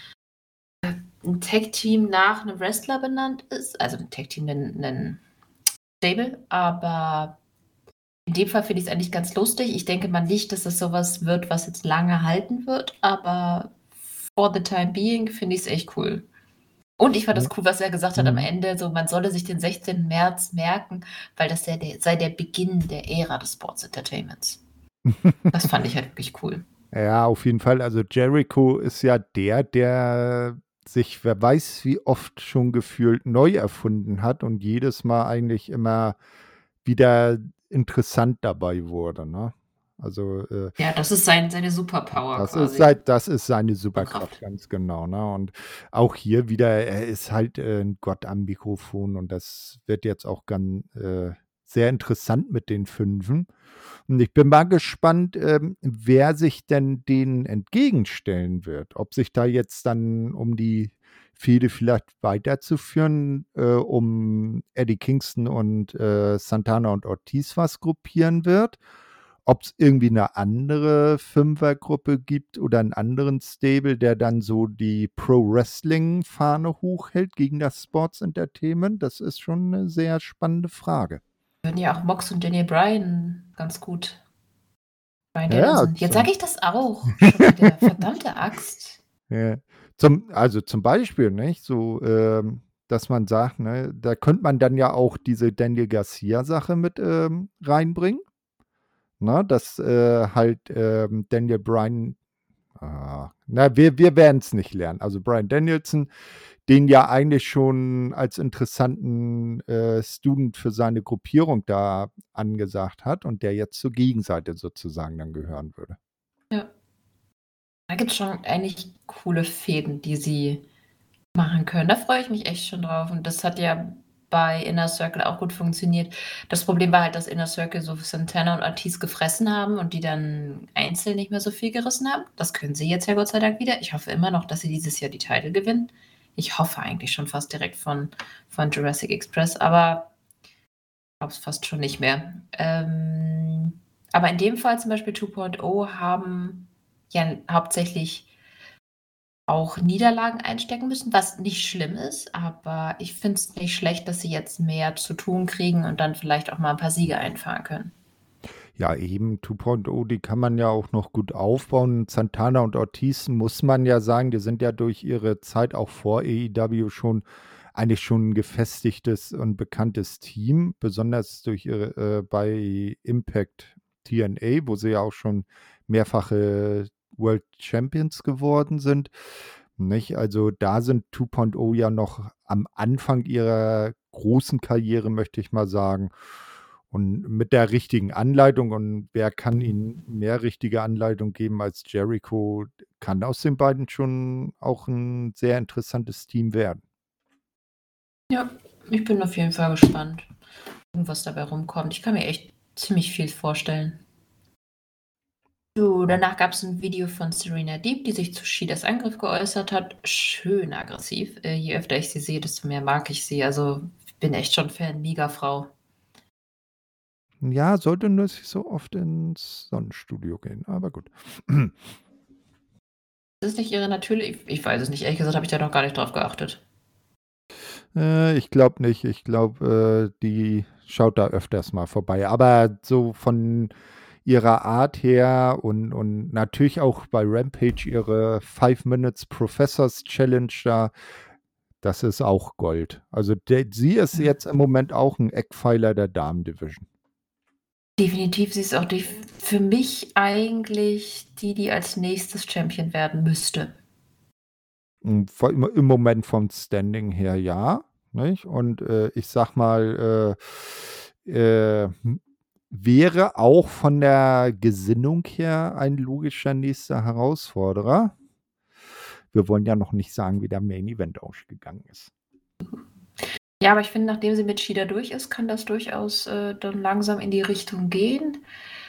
ein Tag-Team nach einem Wrestler benannt ist. Also ein Tag-Team, ein Stable. Aber in dem Fall finde ich es eigentlich ganz lustig. Ich denke mal nicht, dass das sowas wird, was jetzt lange halten wird. Aber for the time being finde ich es echt cool. Und ich fand das cool, was er gesagt hat am Ende, so man solle sich den 16. März merken, weil das sei der Beginn der Ära des Sports Entertainments. Das fand ich halt wirklich cool. Ja, auf jeden Fall. Also Jericho ist ja der sich, wer weiß wie oft schon gefühlt neu erfunden hat und jedes Mal eigentlich immer wieder interessant dabei wurde, ne? Also, Ja, das ist seine Superpower quasi. das ist seine Superkraft, Kraft. ganz genau, ne? Und auch hier wieder, er ist halt, 'n Gott am Mikrofon und das wird jetzt auch sehr interessant mit den Fünfen. Und ich bin mal gespannt, wer sich denn denen entgegenstellen wird. Ob sich da jetzt dann, um die Fehde vielleicht weiterzuführen, um Eddie Kingston und, Santana und Ortiz was gruppieren wird. Ob es irgendwie eine andere Fünfergruppe gibt oder einen anderen Stable, der dann so die Pro-Wrestling-Fahne hochhält gegen das Sports Entertainment. Das ist schon eine sehr spannende Frage. Würden ja auch Mox und Daniel Bryan ganz gut. Bryan Ja, ja, Danielson. Jetzt sage ich das auch schon wieder. Verdammte Axt. ja. Also zum Beispiel, nicht? So, dass man sagt, ne, da könnte man dann ja auch diese Daniel Garcia-Sache mit reinbringen. Ne? Dass halt Daniel Bryan, wir werden es nicht lernen. Also Bryan Danielson, den ja eigentlich schon als interessanten Student für seine Gruppierung da angesagt hat und der jetzt zur Gegenseite sozusagen dann gehören würde. Ja. Da gibt es schon eigentlich coole Fäden, die sie machen können. Da freue ich mich echt schon drauf. Und das hat ja bei Inner Circle auch gut funktioniert. Das Problem war halt, dass Inner Circle so Santana und Ortiz gefressen haben und die dann einzeln nicht mehr so viel gerissen haben. Das können sie jetzt ja Gott sei Dank wieder. Ich hoffe immer noch, dass sie dieses Jahr die Titel gewinnen. Ich hoffe eigentlich schon fast direkt von Jurassic Express, aber ich glaube es fast schon nicht mehr. Aber in dem Fall zum Beispiel 2.0 haben ja hauptsächlich auch Niederlagen einstecken müssen, was nicht schlimm ist, aber ich finde es nicht schlecht, dass sie jetzt mehr zu tun kriegen und dann vielleicht auch mal ein paar Siege einfahren können. Ja, eben 2.0, die kann man ja auch noch gut aufbauen. Santana und Ortiz muss man ja sagen, die sind ja durch ihre Zeit auch vor AEW eigentlich schon ein gefestigtes und bekanntes Team, besonders durch ihre bei Impact TNA, wo sie ja auch schon mehrfache World Champions geworden sind. Nicht? Also da sind 2.0 ja noch am Anfang ihrer großen Karriere, möchte ich mal sagen. Und mit der richtigen Anleitung, und wer kann ihnen mehr richtige Anleitung geben als Jericho, kann aus den beiden schon auch ein sehr interessantes Team werden. Ja, ich bin auf jeden Fall gespannt, was dabei rumkommt. Ich kann mir echt ziemlich viel vorstellen. So, danach gab es ein Video von Serena Deeb, die sich zu Shidas Angriff geäußert hat. Schön aggressiv. Je öfter ich sie sehe, desto mehr mag ich sie. Also, ich bin echt schon Fan, mega Frau. Ja, sollte nur nicht so oft ins Sonnenstudio gehen, aber gut. Ist das nicht ihre natürliche? Ich weiß es nicht. Ehrlich gesagt habe ich da noch gar nicht drauf geachtet. Ich glaube nicht. Ich glaube, die schaut da öfters mal vorbei. Aber so von ihrer Art her und natürlich auch bei Rampage ihre 5 Minutes Professors Challenge da, das ist auch Gold. Also sie ist jetzt im Moment auch ein Eckpfeiler der Damen-Division. Definitiv, sie ist auch für mich eigentlich die als nächstes Champion werden müsste. Im Moment vom Standing her ja. Nicht? Und ich sag mal, wäre auch von der Gesinnung her ein logischer nächster Herausforderer. wir wollen ja noch nicht sagen, wie der Main Event ausgegangen ist. Ja, aber ich finde, nachdem sie mit Shida durch ist, kann das durchaus dann langsam in die Richtung gehen.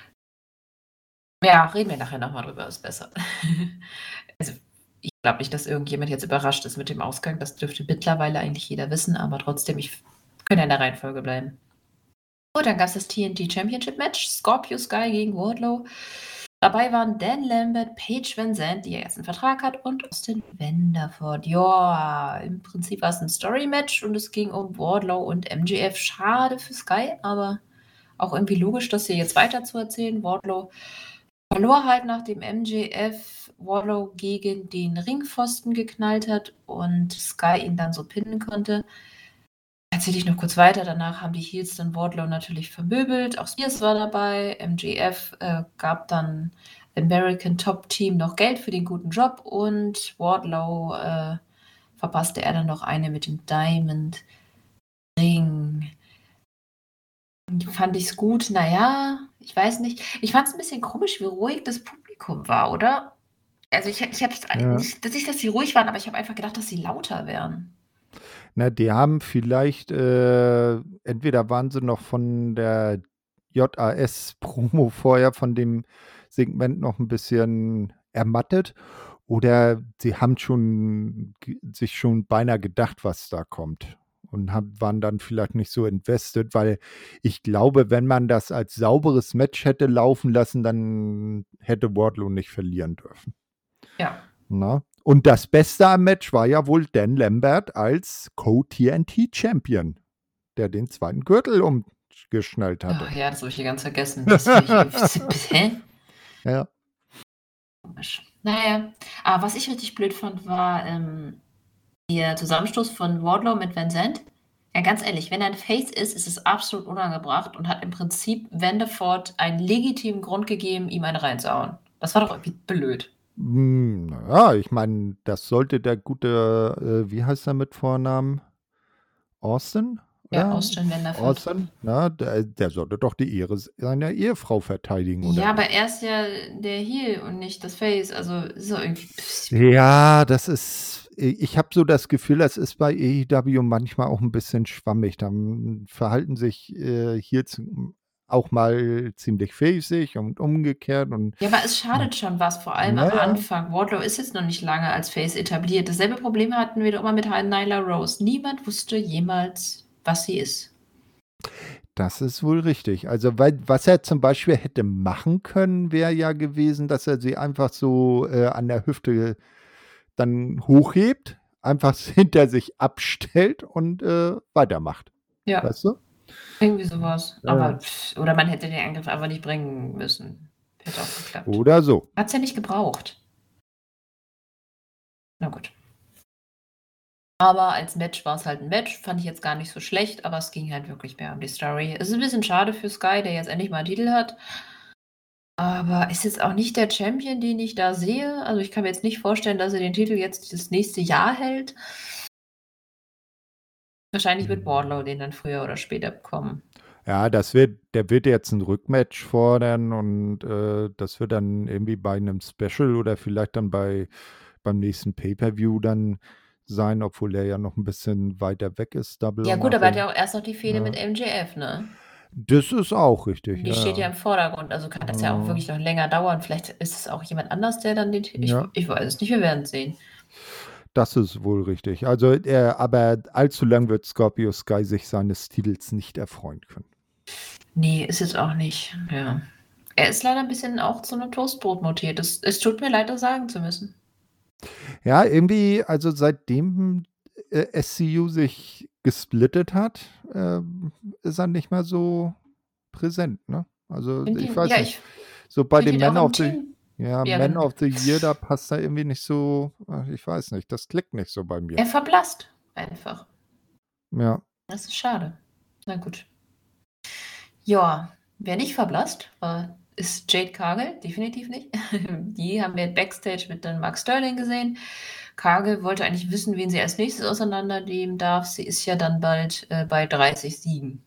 Ja, reden wir nachher nochmal drüber, ist besser. Also, ich glaube nicht, dass irgendjemand jetzt überrascht ist mit dem Ausgang. Das dürfte mittlerweile eigentlich jeder wissen, aber trotzdem, ich kann ja in der Reihenfolge bleiben. Gut, dann gab es das TNT Championship Match. Scorpio Sky gegen Wardlow. Dabei waren Dan Lambert, Paige Van Zandt, die ja jetzt einen Vertrag hat, und Austin Vanderford. Ja, im Prinzip war es ein Story-Match und es ging um Wardlow und MJF. Schade für Sky, aber auch irgendwie logisch, das hier jetzt weiter zu erzählen. Wardlow verlor halt, nachdem MJF Wardlow gegen den Ringpfosten geknallt hat und Sky ihn dann so pinnen konnte. Erzähle ich noch kurz weiter. Danach haben die Heels dann Wardlow natürlich vermöbelt. Auch Spears war dabei. MJF gab dann American Top Team noch Geld für den guten Job und Wardlow verpasste er dann noch eine mit dem Diamond Ring. Fand ich es gut? Naja, ich weiß nicht. Ich fand es ein bisschen komisch, wie ruhig das Publikum war, oder? Also ich habe nicht, dass sie ruhig waren, aber ich habe einfach gedacht, dass sie lauter wären. Na, die haben vielleicht, entweder waren sie noch von der JAS-Promo vorher, von dem Segment noch ein bisschen ermattet, oder sie haben sich schon beinahe gedacht, was da kommt, und waren dann vielleicht nicht so invested, weil ich glaube, wenn man das als sauberes Match hätte laufen lassen, dann hätte Wardlow nicht verlieren dürfen. Ja. Na? Und das Beste am Match war ja wohl Dan Lambert als Co-TNT-Champion, der den zweiten Gürtel umgeschnallt hatte. Ach ja, das habe ich hier ganz vergessen. Das hä? Ja. Komisch. Naja, aber was ich richtig blöd fand, war der Zusammenstoß von Wardlow mit Van Zandt. Ja, ganz ehrlich, wenn er ein Face ist, ist es absolut unangebracht und hat im Prinzip Vanderford einen legitimen Grund gegeben, ihm eine reinzuhauen. Das war doch irgendwie blöd. Naja, ich meine, das sollte der gute, wie heißt er mit Vornamen? Austin? Ja, Oder? Austin Vanderford. Austin? Na, der sollte doch die Ehre seiner Ehefrau verteidigen, oder? Ja, aber er ist ja der Heel und nicht das Face. Also ist er irgendwie. Ja, das ist, ich habe so das Gefühl, das ist bei AEW manchmal auch ein bisschen schwammig. Dann verhalten sich hier auch mal ziemlich faceig und umgekehrt. Und Ja, aber es schadet schon was, vor allem am naja, Anfang. Wardlow ist jetzt noch nicht lange als Face etabliert. Dasselbe Problem hatten wir doch immer mit Nyla Rose. Niemand wusste jemals, was sie ist. das ist wohl richtig. Also, was er zum Beispiel hätte machen können, wäre ja gewesen, dass er sie einfach so an der Hüfte dann hochhebt, einfach hinter sich abstellt und weitermacht. Ja, Weißt du? irgendwie sowas. Ja. Aber, oder man hätte den Angriff einfach nicht bringen müssen. Hätte auch geklappt. Oder so. Hat's ja nicht gebraucht. Na gut. Aber als Match war es halt ein Match. Fand ich jetzt gar nicht so schlecht, aber es ging halt wirklich mehr um die Story. Es ist ein bisschen schade für Sky, der jetzt endlich mal einen Titel hat. Aber ist jetzt auch nicht der Champion, den ich da sehe. Also ich kann mir jetzt nicht vorstellen, dass er den Titel jetzt das nächste Jahr hält. Wahrscheinlich wird Wardlow den dann früher oder später bekommen. Ja, der wird jetzt ein Rückmatch fordern, und das wird dann irgendwie bei einem Special oder vielleicht dann beim nächsten Pay-Per-View dann sein, obwohl er ja noch ein bisschen weiter weg ist, Double Ja or gut, aber er hat Nothing. ja auch erst noch die Fehde Ja. mit MJF, ne? Das ist auch richtig, Die steht ja ja. im Vordergrund, also kann das ja auch wirklich noch länger dauern. Vielleicht ist es auch jemand anders, der dann den Titel. Ja. Ich weiß es nicht, wir werden es sehen. Das ist wohl richtig. Also, aber allzu lang wird Scorpio Sky sich seines Titels nicht erfreuen können. Nee, ist jetzt auch nicht. Ja. Er ist leider ein bisschen auch zu einem Toastbrot mutiert. Es tut mir leid, das sagen zu müssen. Ja, irgendwie, also seitdem SCU sich gesplittet hat, ist er nicht mehr so präsent, ne? Also Find ich ihn, weiß ja, nicht. ich So bei finde dem ihn auch Man im of the, Team. ja, Ja, Man of the Year, da passt er irgendwie nicht so, ich weiß nicht, das klickt nicht so bei mir. er verblasst einfach. Ja. Das ist schade. Na gut. Ja, wer nicht verblasst, ist Jade Cargill, definitiv nicht. Die haben wir Backstage mit dann Mark Sterling gesehen. Cargill wollte eigentlich wissen, wen sie als nächstes auseinandernehmen darf. Sie ist ja dann bald bei 30 Siegen.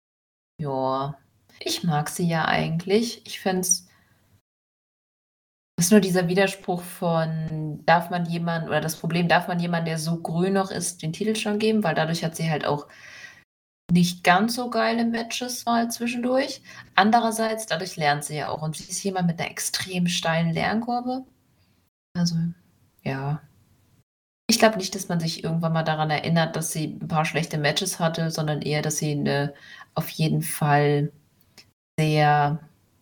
Ja, ich mag sie ja eigentlich. Ich fände es Das ist nur dieser Widerspruch von, darf man jemand, oder das Problem, darf man jemand, der so grün noch ist, den Titel schon geben, weil dadurch hat sie halt auch nicht ganz so geile Matches mal zwischendurch. Andererseits, dadurch lernt sie ja auch und sie ist jemand mit einer extrem steilen Lernkurve. Also, ja. Ich glaube nicht, dass man sich irgendwann mal daran erinnert, dass sie ein paar schlechte Matches hatte, sondern eher, dass sie 'ne auf jeden Fall sehr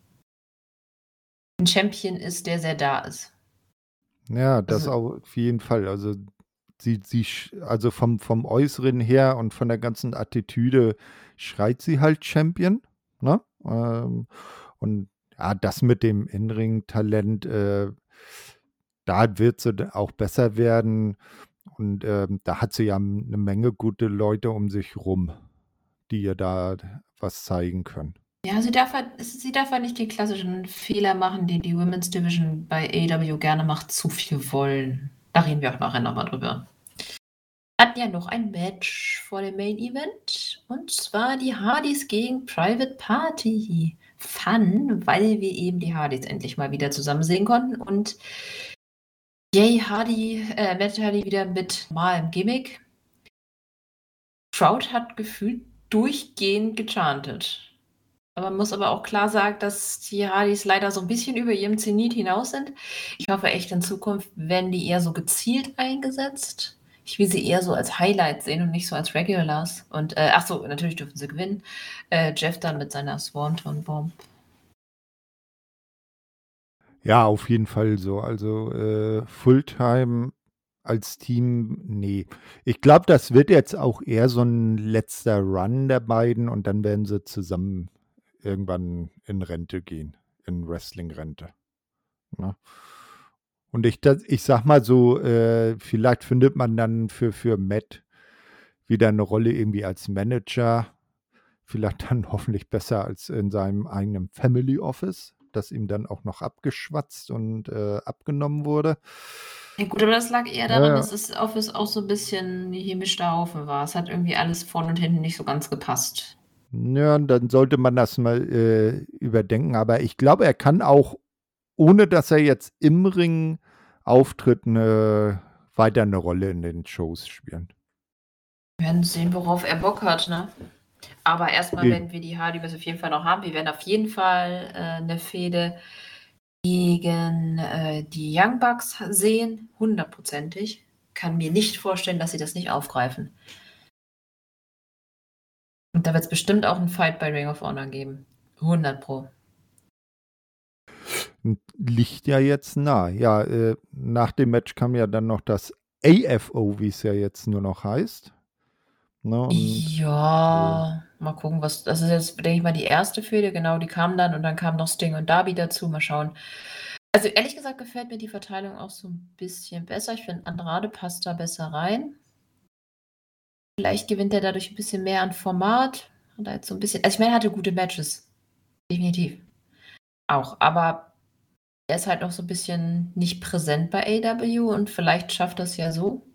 'n Champion ist, der sehr da ist. Ja, das Also, auf jeden Fall. Also, also vom Äußeren her und von der ganzen Attitüde schreit sie halt Champion, ne? Und ja, das mit dem In-Ring-Talent, da wird sie auch besser werden. Und da hat sie ja eine Menge gute Leute um sich rum, die ihr da was zeigen können. ja, sie darf halt nicht den klassischen Fehler machen, den die Women's Division bei AEW gerne macht, zu viel wollen. Da reden wir auch nachher noch mal drüber. Hatten ja noch ein Match vor dem Main Event, und zwar die Hardys gegen Private Party. Fun, weil wir eben die Hardys endlich mal wieder zusammen sehen konnten und Matt Hardy wieder mit normalem Gimmick. Crowd hat gefühlt durchgehend gechantet. Man muss aber auch klar sagen, dass die Hardys leider so ein bisschen über ihrem Zenit hinaus sind. Ich hoffe echt, in Zukunft werden die eher so gezielt eingesetzt. Ich will sie eher so als Highlights sehen und nicht so als Regulars. Und, ach so, natürlich dürfen sie gewinnen. Jeff dann mit seiner Swanton Bomb. Ja, auf jeden Fall so. Also, Fulltime als Team, nee. Ich glaube, das wird jetzt auch eher so ein letzter Run der beiden und dann werden sie zusammen irgendwann in Rente gehen, in Wrestling-Rente, ne? Und ich sage mal so, vielleicht findet man dann für Matt wieder eine Rolle irgendwie als Manager, vielleicht dann hoffentlich besser als in seinem eigenen Family Office, das ihm dann auch noch abgeschwatzt und, abgenommen wurde. Ja gut, aber das lag eher Ja, daran, ja. dass das Office auch so 'n bisschen gemischter Haufen war. Es hat irgendwie alles vorne und hinten nicht so ganz gepasst. Ja, dann sollte man das mal, überdenken. Aber ich glaube, er kann auch, ohne dass er jetzt im Ring auftritt, weiter eine Rolle in den Shows spielen. Wir werden sehen, worauf er Bock hat, ne? Aber erstmal Eben. werden wir die Hardys auf jeden Fall noch haben. Wir werden auf jeden Fall, 'ne Fehde gegen, die Young Bucks sehen, hundertprozentig. Kann mir nicht vorstellen, dass sie das nicht aufgreifen. Und da wird's bestimmt auch 'n Fight bei Ring of Honor geben. 100 Pro. Liegt ja jetzt nah. Ja, nach dem Match kam ja dann noch das AFO, wie es ja jetzt nur noch heißt, ne? Und, äh Ja, mal gucken, was das ist jetzt, denke ich mal, die erste Fehde, genau, die kam dann und dann kamen noch Sting und Darby dazu. Mal schauen. Also, ehrlich gesagt gefällt mir die Verteilung auch so 'n bisschen besser. Ich finde, Andrade passt da besser rein. Vielleicht gewinnt er dadurch 'n bisschen mehr an Format. Hat er jetzt so 'n bisschen, also, ich meine, er hatte gute Matches, definitiv. Auch, aber er ist halt noch so 'n bisschen nicht präsent bei AEW und vielleicht schafft er's ja so.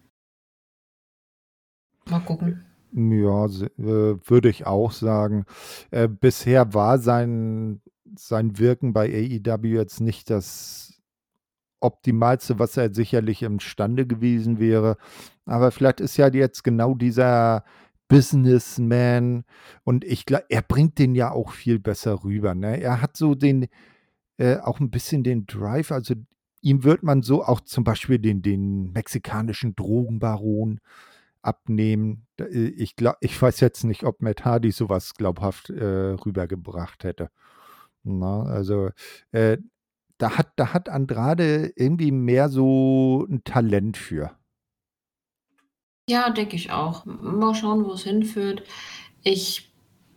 Mal gucken. Ja, würde ich auch sagen. Bisher war sein Wirken bei AEW jetzt nicht das Optimalste, was er sicherlich imstande gewesen wäre. Aber vielleicht ist ja jetzt genau dieser Businessman und er bringt den ja auch viel besser rüber, ne? Er hat so auch ein bisschen den Drive, also, ihm wird man so auch zum Beispiel den mexikanischen Drogenbaron abnehmen. Ich weiß jetzt nicht, ob Matt Hardy so was glaubhaft, rübergebracht hätte, ne? Also, äh, da hat Andrade irgendwie mehr so 'n Talent für. Ja, denke ich auch. Mal schauen, wo es hinführt. Ich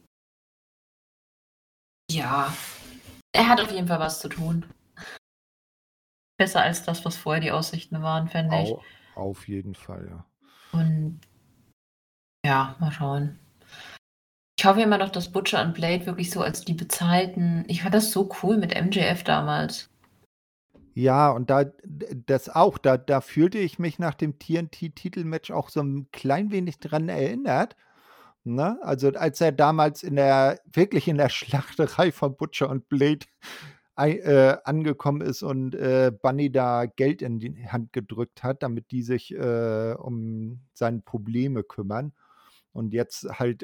Ja, er hat auf jeden Fall was zu tun. Besser als das, was vorher die Aussichten waren, fände ich. Auf jeden Fall, ja. Und ja, mal schauen. Ich hoffe immer noch, dass Butcher und Blade wirklich so als die bezahlten, ich fand das so cool mit MJF damals. Ja, und da fühlte ich mich nach dem TNT-Titelmatch auch so 'n klein wenig dran erinnert, ne? Also, als er damals in der Schlachterei von Butcher und Blade angekommen ist und Bunny da Geld in die Hand gedrückt hat, damit die sich um seine Probleme kümmern. Und jetzt halt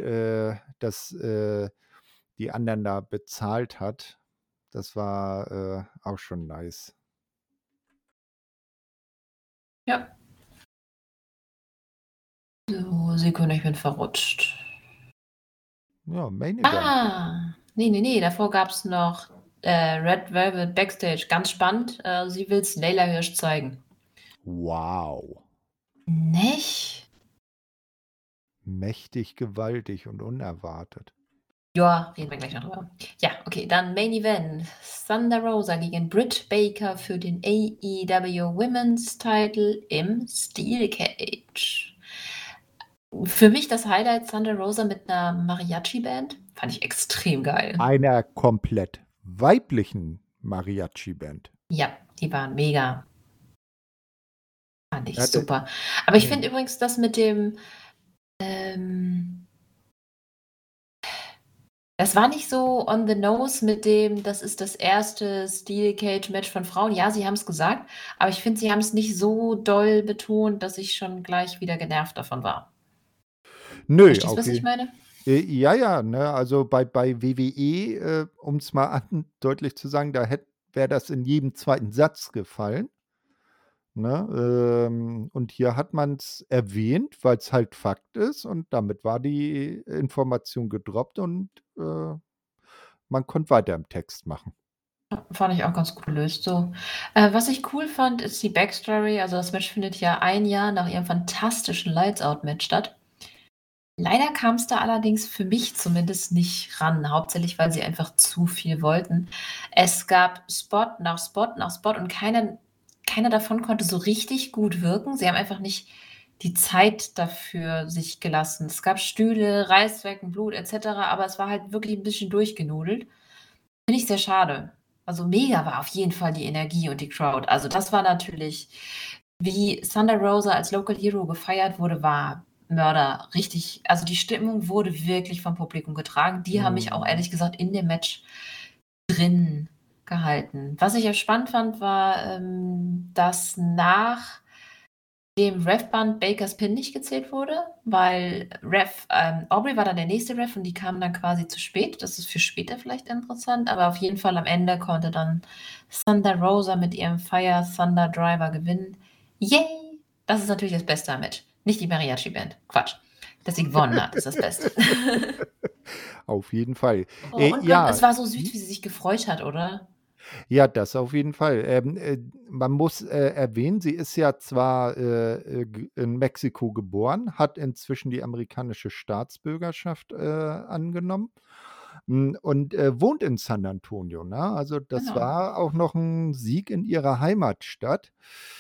die anderen da bezahlt hat. Das war auch schon nice. Ja. So, Sekunde, ich bin verrutscht. Ja, Main Event. Nee. Davor gab es noch Red Velvet Backstage. Ganz spannend. Sie will es Leila Hirsch zeigen. Wow. Nicht? Mächtig, gewaltig und unerwartet. Ja, reden wir gleich noch drüber. Ja, okay, dann Main Event. Thunder Rosa gegen Britt Baker für den AEW Women's Title im Steel Cage. Für mich das Highlight Thunder Rosa mit einer Mariachi-Band. Fand ich extrem geil. Einer komplett weiblichen Mariachi-Band. Ja, die waren mega. Fand ich Ja, super. Aber ich finde übrigens das mit dem das war nicht so on the nose mit dem, das ist das erste Steel Cage Match von Frauen. Ja, sie haben es gesagt, aber ich finde, sie haben es nicht so doll betont, dass ich schon gleich wieder genervt davon war. Nö, Verstehst du, was ich meine? Ja, ne, also bei WWE, um es mal deutlich zu sagen, da wäre das in jedem zweiten Satz gefallen. Ne? Und hier hat man es erwähnt, weil es halt Fakt ist und damit war die Information gedroppt und man konnte weiter im Text machen. Fand ich auch ganz gut gelöst so. Was ich cool fand, ist die Backstory. Also, das Match findet ja 1 Jahr nach ihrem fantastischen Lights-Out-Match statt. Leider kam es da allerdings für mich zumindest nicht ran, hauptsächlich, weil sie einfach zu viel wollten. Es gab Spot nach Spot nach Spot und keiner davon konnte so richtig gut wirken. Sie haben einfach nicht die Zeit dafür sich gelassen. Es gab Stühle, Reißzwecken, Blut et cetera, aber es war halt wirklich 'n bisschen durchgenudelt. Finde ich sehr schade. Also, mega war auf jeden Fall die Energie und die Crowd. Also, das war natürlich wie Thunder Rosa als Local Hero gefeiert wurde, war Mörder. Richtig, also, die Stimmung wurde wirklich vom Publikum getragen. Die haben mich auch ehrlich gesagt in dem Match drin gehalten. Was ich ja spannend fand, war, dass nach dem Ref-Band Bakers Pin nicht gezählt wurde, weil Aubrey war dann der nächste Ref und die kamen dann quasi zu spät. Das ist für später vielleicht interessant, aber auf jeden Fall am Ende konnte dann Thunder Rosa mit ihrem Fire Thunder Driver gewinnen. Yay! Das ist natürlich das Beste am Match. Nicht die Mariachi-Band. Quatsch. Dass sie gewonnen hat, ist das Beste. Auf jeden Fall. Und Ja. es war so süß, wie sie sich gefreut hat, oder? Ja, das auf jeden Fall. Man muss erwähnen, sie ist ja zwar in Mexiko geboren, hat inzwischen die amerikanische Staatsbürgerschaft angenommen und wohnt in San Antonio. Ne? Also das Genau. war auch noch ein Sieg in ihrer Heimatstadt.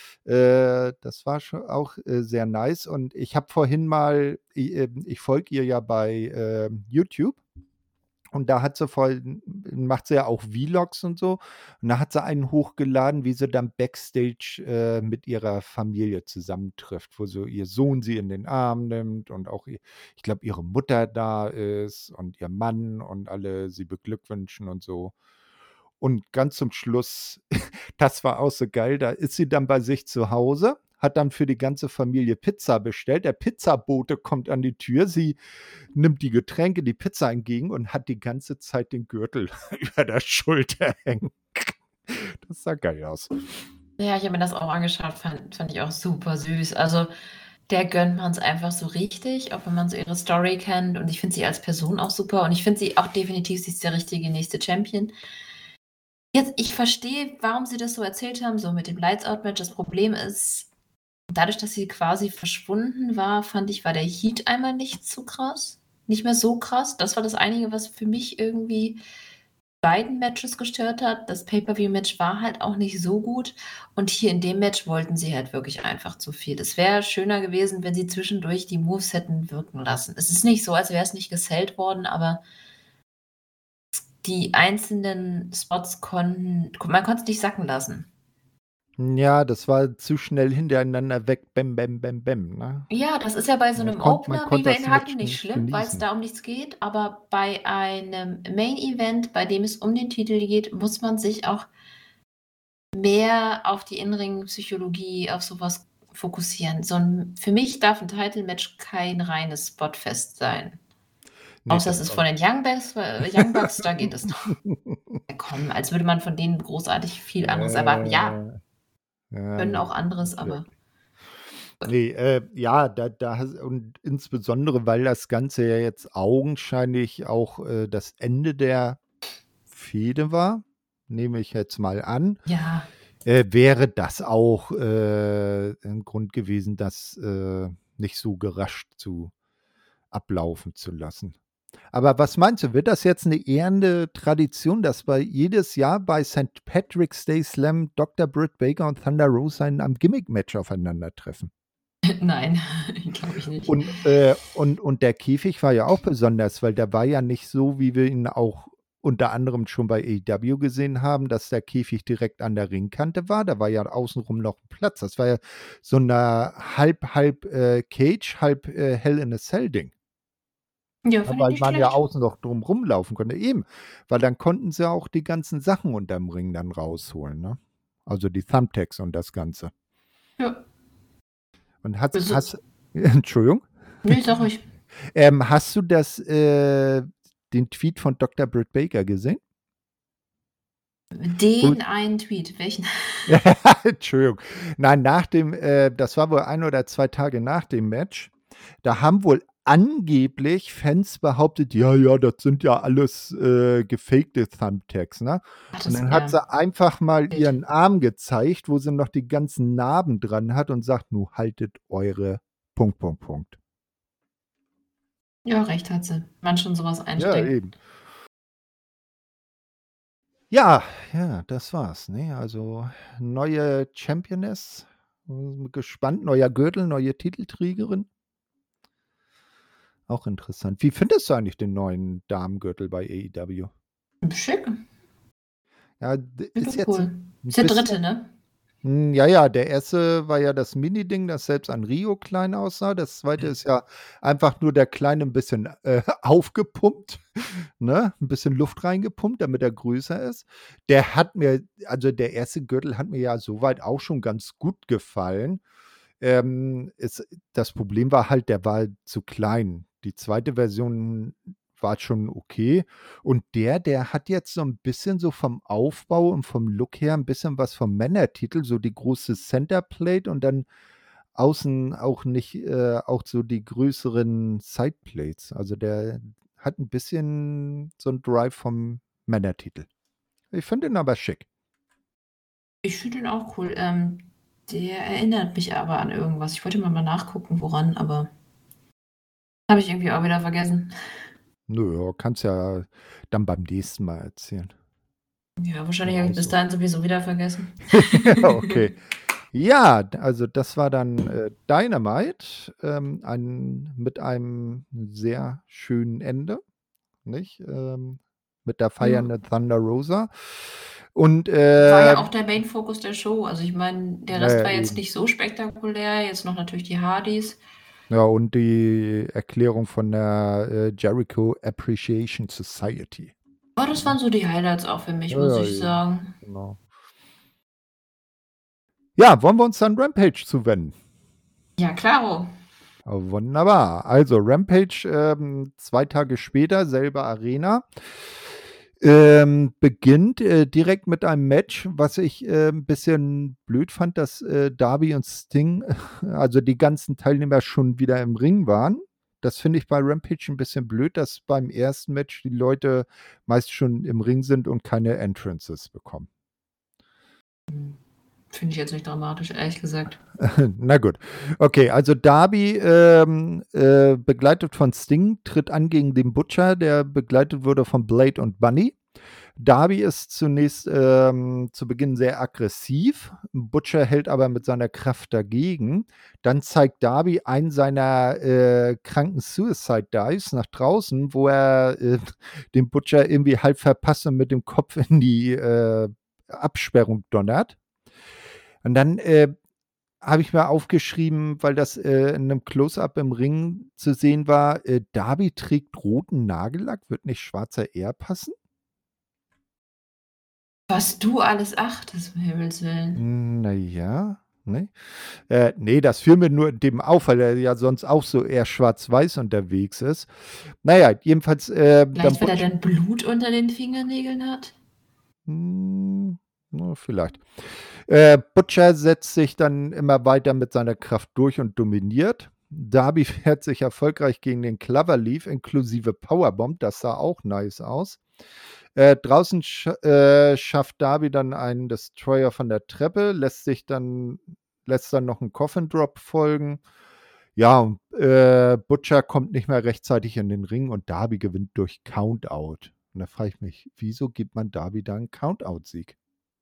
Das war schon auch sehr nice. Und ich habe vorhin mal, ich folge ihr ja bei YouTube. Und da hat sie macht sie ja auch Vlogs und so. Und da hat sie einen hochgeladen, wie sie dann Backstage mit ihrer Familie zusammentrifft, wo so ihr Sohn sie in den Arm nimmt und auch, ich glaube, ihre Mutter da ist und ihr Mann und alle sie beglückwünschen und so. Und ganz zum Schluss, das war auch so geil, da ist sie dann bei sich zu Hause, hat dann für die ganze Familie Pizza bestellt. Der Pizzabote kommt an die Tür, sie nimmt die Getränke, die Pizza entgegen und hat die ganze Zeit den Gürtel über der Schulter hängen. Das sah geil aus. Ja, ich habe mir das auch angeschaut, fand ich auch super süß. Also, der gönnt man's einfach so richtig, auch wenn man so ihre Story kennt und ich finde sie als Person auch super und ich finde sie auch definitiv, sie ist der richtige nächste Champion. Jetzt ich verstehe, warum sie das so erzählt haben, so mit dem Lights Out Match. Das Problem ist, dadurch, dass sie quasi verschwunden war, fand ich, war der Heat einmal nicht mehr so krass. Das war das Einige, was für mich irgendwie beiden Matches gestört hat. Das Pay-per-view-Match war halt auch nicht so gut und hier in dem Match wollten sie halt wirklich einfach zu viel. Es wäre schöner gewesen, wenn sie zwischendurch die Moves hätten wirken lassen. Es ist nicht so, als wäre es nicht gesellt worden, aber die einzelnen Spots man konnte es nicht sacken lassen. Ja, das war zu schnell hintereinander weg. Bäm, bäm, bäm, bäm, ne? Ja, das ist ja bei so Man einem konnt man Opener, wie konnte wir das ihn hatten, Match nicht nicht schlimm, weil es genießen. da um nichts geht. Aber bei einem Main Event, bei dem es um den Titel geht, muss man sich auch mehr auf die In-Ring-Psychologie, auf sowas fokussieren. Für mich darf ein Title-Match kein reines Spotfest sein. Ne, Außer es das ist auch. von den Young Bucks, da geht es noch. Ja, komm, als würde man von denen großartig viel anderes erwarten. Ja, Ja, können ne, auch anderes, Glück. aber Ne, ja, da hast und insbesondere, weil das Ganze ja jetzt augenscheinlich auch, das Ende der Fehde war, nehme ich jetzt mal an, ja. wäre das auch, 'n Grund gewesen, das, nicht so gerascht ablaufen zu lassen. Aber was meinst du, wird das jetzt eine ehrende Tradition, dass bei jedes Jahr bei St. Patrick's Day Slam Dr. Britt Baker und Thunder Rosa in einem Gimmick-Match aufeinandertreffen? Nein, glaube ich nicht. Und der Käfig war ja auch besonders, weil der war ja nicht so, wie wir ihn auch unter anderem schon bei AEW gesehen haben, dass der Käfig direkt an der Ringkante war. Da war ja außenrum noch 'n Platz. Das war ja so 'ne halb, Cage, halb, Hell in a Cell Ding. Ja, Ja, fand ich weil nicht man ja schlecht. außen noch drum rumlaufen konnte. Eben, weil dann konnten sie auch die ganzen Sachen unterm Ring dann rausholen, ne? Also die Thumbtacks und das Ganze. Ja. Und Also, hast Entschuldigung? ne, sag ruhig. Hast du den Tweet von Dr. Britt Baker gesehen? Wo Den einen Tweet, welchen? Entschuldigung. Nein, das war wohl 1 oder 2 Tage nach dem Match. Da haben wohl angeblich Fans behauptet: „Ja, ja, das sind ja alles, gefakte Thumbtacks“, ne? Ach, Und das dann hat ja, sie einfach mal Bild. ihren Arm gezeigt, wo sie noch die ganzen Narben dran hat und sagt: „Nu haltet eure Punkt, Punkt, Punkt.“ Ja, recht hat sie. Man schon sowas Ja, einstecken. eben. Ja, ja, das war's, ne? Also, neue Championess, gespannt, neuer Gürtel, neue Titelträgerin. Auch interessant. Wie findest du eigentlich den neuen Damengürtel bei AEW? Schick, Ja, d schick ist und jetzt cool. 'n Ist der bisschen 3., ne? ja, ja, der erste war ja das Mini-Ding, das selbst an Rio klein aussah. Das zweite ist ja einfach nur der Kleine 'n bisschen, aufgepumpt, ne? 'N bisschen Luft reingepumpt, damit er größer ist. Der erste Gürtel hat mir ja soweit auch schon ganz gut gefallen. Das Problem war halt, der war zu klein. Die zweite Version war schon okay. Und der hat jetzt so 'n bisschen so vom Aufbau und vom Look her 'n bisschen was vom Männertitel, so die große Centerplate und dann außen auch nicht auch so die größeren Sideplates. Also, der hat 'n bisschen so 'n Drive vom Männertitel. Ich finde ihn aber schick. Ich finde den auch cool. Der erinnert mich aber an irgendwas. Ich wollte mal nachgucken, woran, aber habe ich irgendwie auch wieder vergessen. Nö, ja, kannst ja dann beim nächsten Mal erzählen. Ja, wahrscheinlich habe ich bis Raussuchen. dahin sowieso wieder vergessen. Okay. Ja, also das war dann, Dynamite, mit einem sehr schönen Ende, nicht? Mit der Ja. feiernden Thunder Rosa. Und, War ja auch der Main-Fokus der Show. Also, ich meine, der ja, Rest ja, war jetzt eben. nicht so spektakulär. Jetzt noch natürlich die Hardys. Ja, und die Erklärung von der, Jericho Appreciation Society, Aber das ne? waren so die Highlights auch für mich, Ja, muss ja, ich eben. sagen. Genau. Ja, wollen wir uns dann Rampage zuwenden? Ja, klaro. Wunderbar. Also Rampage, 2 Tage später, selbe Arena. Beginnt, direkt mit einem Match, was ich, 'n bisschen blöd fand, dass, Darby und Sting, also die ganzen Teilnehmer schon wieder im Ring waren. Das finde ich bei Rampage 'n bisschen blöd, dass beim ersten Match die Leute meist schon im Ring sind und keine Entrances bekommen. Finde ich jetzt nicht dramatisch, ehrlich gesagt. Na gut. Okay, also Darby, begleitet von Sting, tritt an gegen den Butcher, der begleitet wurde von Blade und Bunny. Darby ist zunächst, zu Beginn sehr aggressiv. Butcher hält aber mit seiner Kraft dagegen. Dann zeigt Darby einen seiner, kranken Suicide Dives nach draußen, wo er, den Butcher irgendwie halb verpasst und mit dem Kopf in die, Absperrung donnert. Und dann habe ich mir aufgeschrieben, weil das in einem Close-up im Ring zu sehen war, Darby trägt roten Nagellack, wird nicht schwarzer eher passen? Was du alles achtest, um Himmels Willen. Na ja, ne? Ne, das fiel mir nur in dem auf, weil er ja sonst auch so eher schwarz-weiß unterwegs ist. Na ja, jedenfalls, dann Vielleicht, weil er Butch dann Blut unter den Fingernägeln hat? Na, vielleicht. Butcher setzt sich dann immer weiter mit seiner Kraft durch und dominiert. Darby fährt sich erfolgreich gegen den Cloverleaf inklusive Powerbomb. Das sah auch nice aus. Draußen schafft Darby dann einen Destroyer von der Treppe, lässt dann noch einen Coffin Drop folgen. Ja, und Butcher kommt nicht mehr rechtzeitig in den Ring und Darby gewinnt durch Countout. Und da frage ich mich, wieso gibt man Darby da einen Countout-Sieg?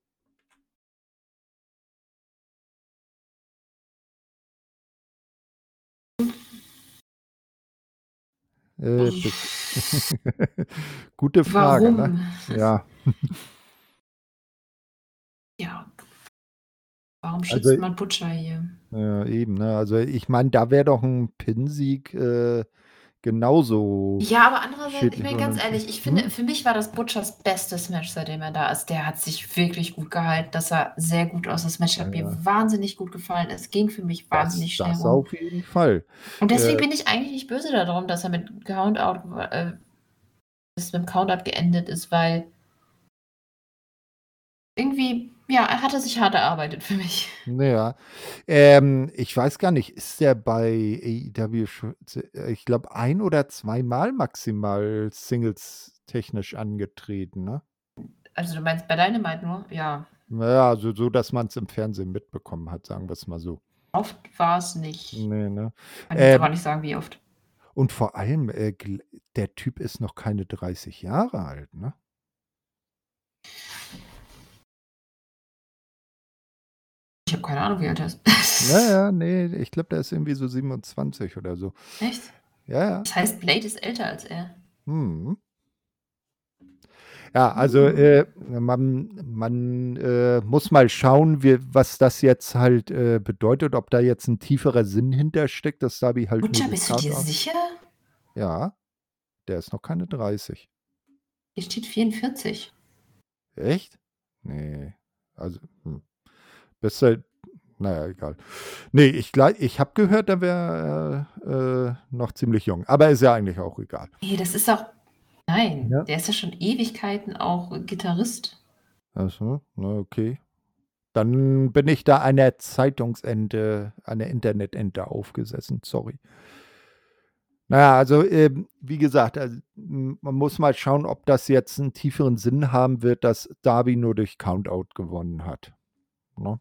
Das gute Frage, ne? Warum? Ja. Ja, warum Also, schützt man Butcher hier? eben, ne? Also, ich meine, da wäre doch ein Pin-Sieg, genauso Ja, aber andererseits, ich schädlich meine oder ganz nicht? ehrlich, ich finde, Mhm. für mich war das Butchers bestes Match, seitdem er da ist. Der hat sich wirklich gut gehalten. Das sah sehr gut aus. Das Match Ja, hat mir ja. wahnsinnig gut gefallen. Es ging für mich wahnsinnig schnell Das rum. auf jeden Fall. Und deswegen Äh, bin ich eigentlich nicht böse darum, dass er mit Countout, dass mit dem Countout geendet ist, weil irgendwie, ja, er hatte sich hart erarbeitet für mich. na ja. Ich weiß gar nicht, ist der bei AEW schon ich glaube, ein oder zweimal maximal Singles-technisch angetreten, ne? Also du meinst bei Dynamite nur? Ja. Na ja, also so, dass man's im Fernsehen mitbekommen hat, sagen wir's mal so. Oft war es nicht. Ne, ne? Kann ich jetzt aber Ähm, nicht sagen, wie oft. und vor allem, der Typ ist noch keine 30 Jahre alt, ne? Ich habe keine Ahnung, wie alt er ist. Ja, ja, ne, ich glaube, der ist irgendwie so 27 oder so. Echt? Ja, ja. Das heißt, Blade ist älter als er. Mhm. Ja, also, man muss mal schauen, was das jetzt halt, bedeutet, ob da jetzt ein tieferer Sinn hintersteckt, dass Darby halt nur Butcher, durch bist du dir Countout. sicher? Ja, der ist noch keine 30. Hier steht 44. Echt? Ne, also, bist halt na ja, egal. Ne, ich habe gehört, der wäre, noch ziemlich jung, aber ist ja eigentlich auch egal. Ne, das ist doch nein, Ja. der ist ja schon Ewigkeiten auch Gitarrist. Ach so, na okay. Dann bin ich da einer Internetente aufgesessen, sorry. Na ja, also, wie gesagt, also, man muss mal schauen, ob das jetzt 'n tieferen Sinn haben wird, dass Darby nur durch Countout gewonnen hat, ne?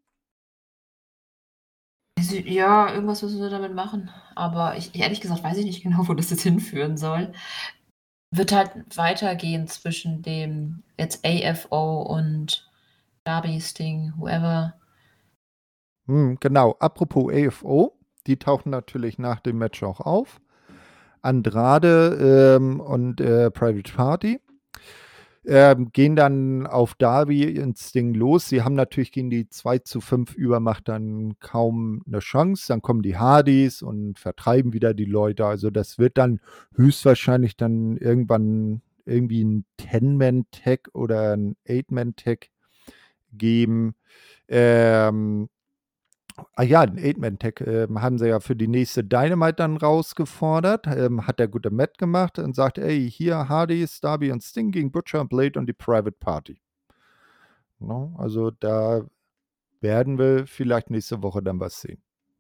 Also, ja, irgendwas müssen sie damit machen. Aber ich ehrlich gesagt weiß ich nicht genau, wo das jetzt hinführen soll. Wird halt weitergehen zwischen dem jetzt AFO und Darby, Sting, whoever. Genau. Apropos AFO, die tauchen natürlich nach dem Match auch auf. Andrade, und, Private Party, gehen dann auf Darby ins Ding los. Sie haben natürlich gegen die 2:5 Übermacht dann kaum 'ne Chance. Dann kommen die Hardys und vertreiben wieder die Leute. Also, das wird dann höchstwahrscheinlich dann irgendwann irgendwie 'n Ten-Man-Tag oder 'n Eight-Man-Tag geben. Ähm ja, 'n Eight-Man-Tag, haben sie ja für die nächste Dynamite dann rausgefordert. Hat der gute Matt gemacht und sagt: „Ey, hier Hardys, Darby und Sting gegen Butcher, Blade und die Private Party." Ne? Also, da werden wir vielleicht nächste Woche dann was sehen.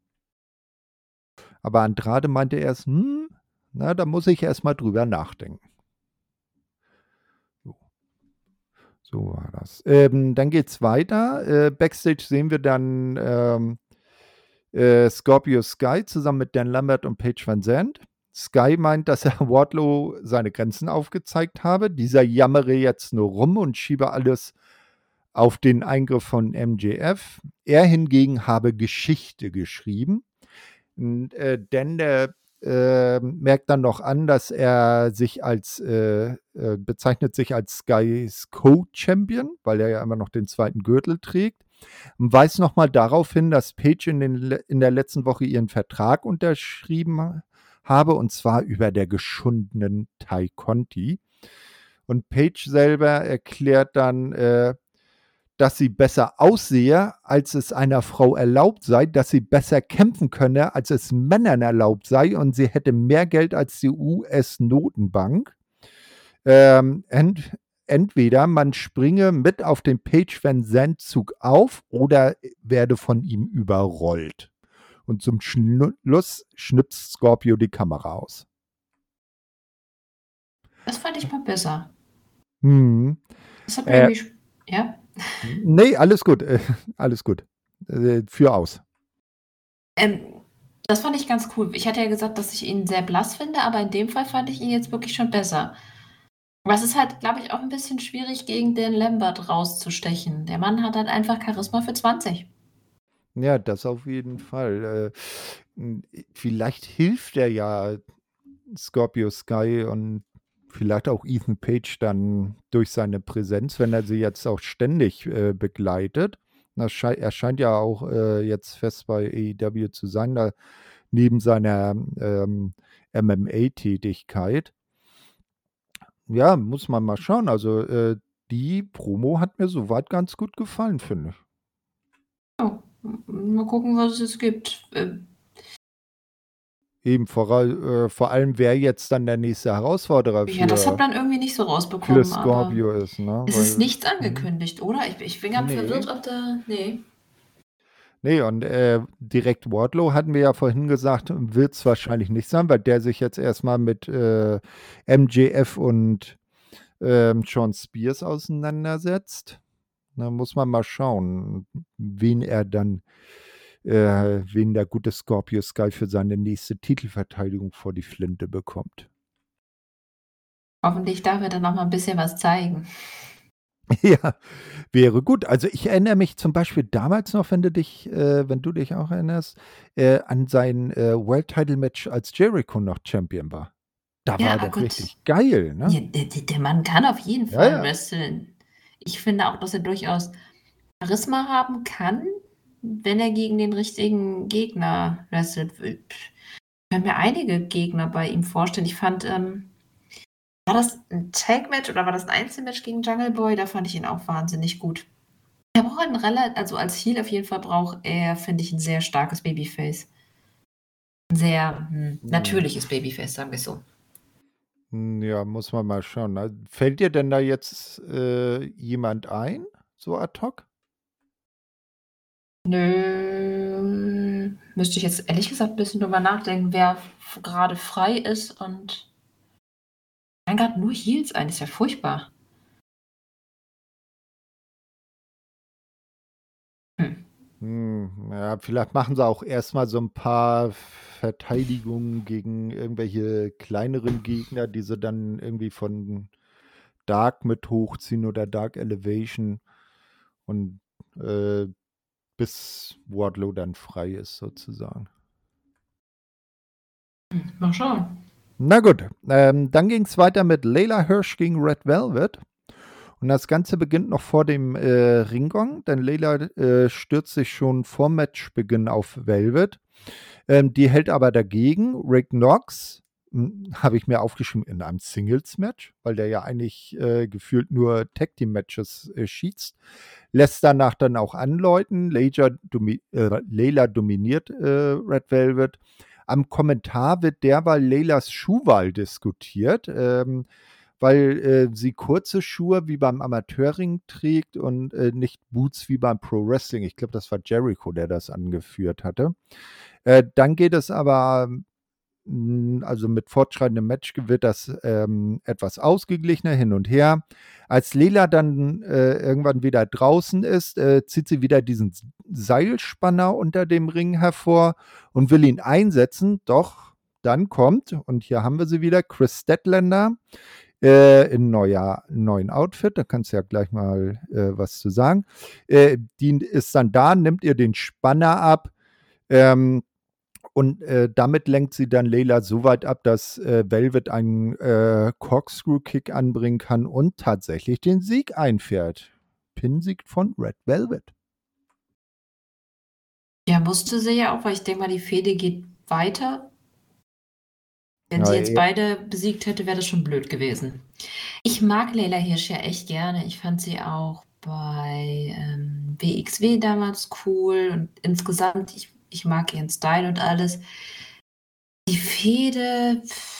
Aber Andrade meinte erst: na, da muss ich erst mal drüber nachdenken." So, so war das. Dann geht's weiter. Backstage sehen wir dann, Scorpio Sky zusammen mit Dan Lambert und Paige Van Zandt. Sky meint, dass er Wardlow seine Grenzen aufgezeigt habe. Dieser jammere jetzt nur rum und schiebe alles auf den Eingriff von MJF. Er hingegen habe Geschichte geschrieben. Und, Dan, der, merkt dann noch an, dass er sich als bezeichnet sich als Skys Co-Champion, weil er ja immer noch den zweiten Gürtel trägt. und weist nochmal darauf hin, dass Paige in der letzten Woche ihren Vertrag unterschrieben habe, und zwar über der geschundenen Ty Conti. Und Paige selber erklärt dann, dass sie besser aussehe, als es einer Frau erlaubt sei, dass sie besser kämpfen könne, als es Männern erlaubt sei, und sie hätte mehr Geld als die US-Notenbank. Entweder man springe mit auf den Paige Van Zandt-Zug auf oder werde von ihm überrollt. Und zum Schluss schnipst Scorpio die Kamera aus. Das fand ich mal besser. Hm. Das hat mir irgendwie. Ja? Nee, alles gut. Alles gut. Führ aus. Das fand ich ganz cool. Ich hatte ja gesagt, dass ich ihn sehr blass finde, aber in dem Fall fand ich ihn jetzt wirklich schon besser. Aber es ist halt, glaube ich, auch ein bisschen schwierig, gegen den Lambert rauszustechen. Der Mann hat halt einfach Charisma für 20. Ja, das auf jeden Fall. Vielleicht hilft er ja Scorpio Sky und vielleicht auch Ethan Page dann durch seine Präsenz, wenn er sie jetzt auch ständig begleitet. Er scheint ja auch jetzt fest bei AEW zu sein, da neben seiner MMA-Tätigkeit. Ja, muss man mal schauen. Also die Promo hat mir soweit ganz gut gefallen, finde ich. Oh, mal gucken, was es jetzt gibt. Eben, vor allem, wer jetzt dann der nächste Herausforderer Ja, das hat für man irgendwie nicht so rausbekommen, aber Scorpio ist, ne? es ist nichts angekündigt, oder? Ich bin ganz Nee. verwirrt, ob da. Nee. Nee, und direkt Wardlow hatten wir ja vorhin gesagt, wird es wahrscheinlich nicht sein, weil der sich jetzt erstmal mit MJF und Sean Spears auseinandersetzt. Da muss man mal schauen, wen der gute Scorpio Sky für seine nächste Titelverteidigung vor die Flinte bekommt. Hoffentlich darf er dann noch mal ein bisschen was zeigen. Ja, wäre gut. Also ich erinnere mich zum Beispiel damals noch, wenn du dich auch erinnerst, an sein World Title Match, als Jericho noch Champion war. Da Ja, war aber doch gut. richtig geil, ne? Ja, der Mann kann auf jeden Ja, Fall ja. wresteln. Ich finde auch, dass er durchaus Charisma haben kann, wenn er gegen den richtigen Gegner wrestelt. Ich kann mir einige Gegner bei ihm vorstellen. Ich fand, war das ein Tag-Match oder war das ein Einzelmatch gegen Jungle Boy? Da fand ich ihn auch wahnsinnig gut. Er braucht also als Heel auf jeden Fall braucht er, finde ich, ein sehr starkes Babyface. Ein sehr natürliches Babyface, sagen wir so. Ja, muss man mal schauen. Also, fällt dir denn da jetzt jemand ein, so ad hoc? Nö, müsste ich jetzt ehrlich gesagt ein bisschen drüber nachdenken, wer gerade frei ist, und mein Gott, nur Heels ein, ist ja furchtbar. Ja, vielleicht machen sie auch erstmal so ein paar Verteidigungen gegen irgendwelche kleineren Gegner, die sie dann irgendwie von Dark mit hochziehen oder Dark Elevation und bis Wardlow dann frei ist, sozusagen. Mal schauen. Na gut, dann ging es weiter mit Layla Hirsch gegen Red Velvet. Und das Ganze beginnt noch vor dem Ringgong, denn Layla stürzt sich schon vor Matchbeginn auf Velvet. Die hält aber dagegen. Rick Knox, habe ich mir aufgeschrieben, in einem Singles-Match, weil der ja eigentlich gefühlt nur Tag-Team-Matches schießt. Lässt danach dann auch anläuten. Layla dominiert Red Velvet. Am Kommentar wird derweil Laylas Schuhwahl diskutiert, weil sie kurze Schuhe wie beim Amateurring trägt und nicht Boots wie beim Pro Wrestling. Ich glaube, das war Jericho, der das angeführt hatte. Dann geht es aber, also mit fortschreitendem Match wird das etwas ausgeglichener hin und her. Als Layla dann irgendwann wieder draußen ist, zieht sie wieder diesen Seilspanner unter dem Ring hervor und will ihn einsetzen. Doch dann kommt, und hier haben wir sie wieder, Chris Statlander in neuen Outfit. Da kannst du ja gleich mal was zu sagen. Die ist dann da, nimmt ihr den Spanner ab. Und damit lenkt sie dann Layla so weit ab, dass Velvet einen Corkscrew-Kick anbringen kann und tatsächlich den Sieg einfährt. Pinsieg von Red Velvet. Ja, musste sie ja auch, weil ich denke mal, die Fehde geht weiter. Wenn sie Ja, jetzt beide besiegt hätte, wäre das schon blöd gewesen. Ich mag Leila Hirsch ja echt gerne. Ich fand sie auch bei WXW damals cool und insgesamt, ich mag ihren Style und alles. Die Fehde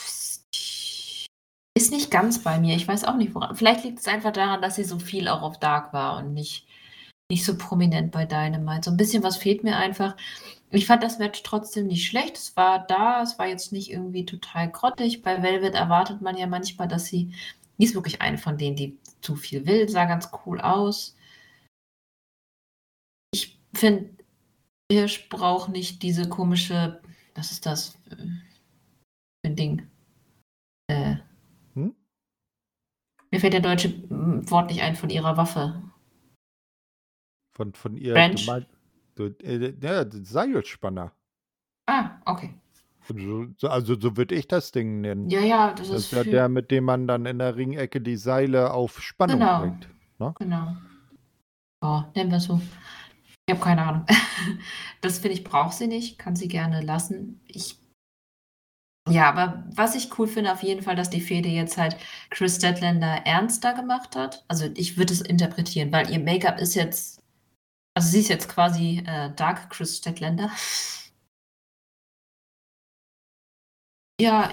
ist nicht ganz bei mir. Ich weiß auch nicht, woran. Vielleicht liegt es einfach daran, dass sie so viel auch auf Dark war und nicht so prominent bei Dynamite. So ein bisschen was fehlt mir einfach. Ich fand das Match trotzdem nicht schlecht. Es war da, es war jetzt nicht irgendwie total grottig. Bei Velvet erwartet man ja manchmal, dass die ist wirklich eine von denen, die zu viel will, sah ganz cool aus. Ich finde, Hirsch braucht nicht diese komische, was ist das für ein Ding? Hm? Mir fällt der deutsche Wort nicht ein von ihrer Waffe. Von ihr, du Branch? meinst, ja, Seilspanner. Ah, okay. Also so würde ich das Ding nennen. Ja, das Das ist ist ja für. der, mit dem man dann in der Ringecke die Seile auf Spannung Genau, bringt. Ne? genau. Oh, nennen wir es so. Ich habe keine Ahnung. Das finde ich, braucht sie nicht, kann sie gerne lassen. Ja, aber was ich cool finde, auf jeden Fall, dass die Fehde jetzt halt Chris Statlander ernster gemacht hat. Also ich würde es interpretieren, weil ihr Make-up ist jetzt, also sie ist jetzt quasi Dark Chris Statlander. Ja,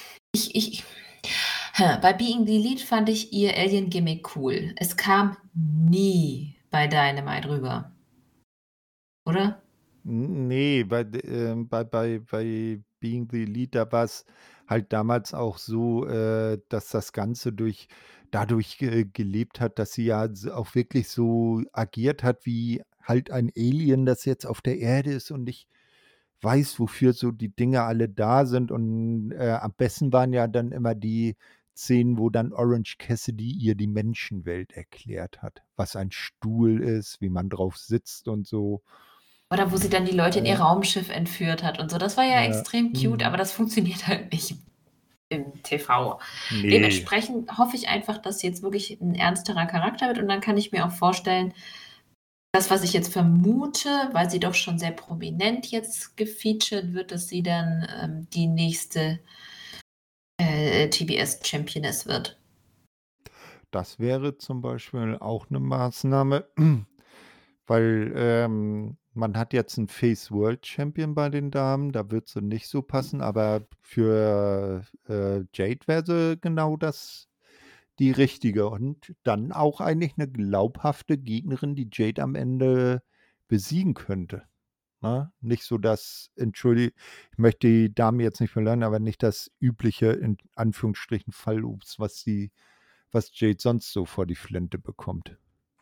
bei Being the Elite fand ich ihr Alien-Gimmick cool. Es kam nie bei Dynamite rüber, oder? Nee, bei Being the Elite, da war es halt damals auch so, dass das Ganze dadurch gelebt hat, dass sie ja auch wirklich so agiert hat wie halt ein Alien, das jetzt auf der Erde ist und nicht weiß, wofür so die Dinge alle da sind. Und am besten waren ja dann immer die Szenen, wo dann Orange Cassidy ihr die Menschenwelt erklärt hat, was ein Stuhl ist, wie man drauf sitzt und so. Oder wo sie dann die Leute in ihr Äh, Raumschiff entführt hat und so. Das war ja ja, extrem cute, aber mhm. das funktioniert halt nicht im TV. Ne, Dementsprechend hoffe ich einfach, dass sie jetzt wirklich ein ernsterer Charakter wird und dann kann ich mir auch vorstellen, das, was ich jetzt vermute, weil sie doch schon sehr prominent jetzt gefeatured wird, dass sie dann die nächste TBS-Championess wird. das wäre zum Beispiel auch 'ne Maßnahme, weil, man hat jetzt 'n Face World Champion bei den Damen, da wird sie nicht so passen, aber für, Jade wäre sie genau die Richtige und dann auch eigentlich 'ne glaubhafte Gegnerin, die Jade am Ende besiegen könnte, ne? Nicht so das ich möchte die Dame jetzt nicht verleiden, aber nicht das übliche, in Anführungsstrichen, Fallobst, was Jade sonst so vor die Flinte bekommt.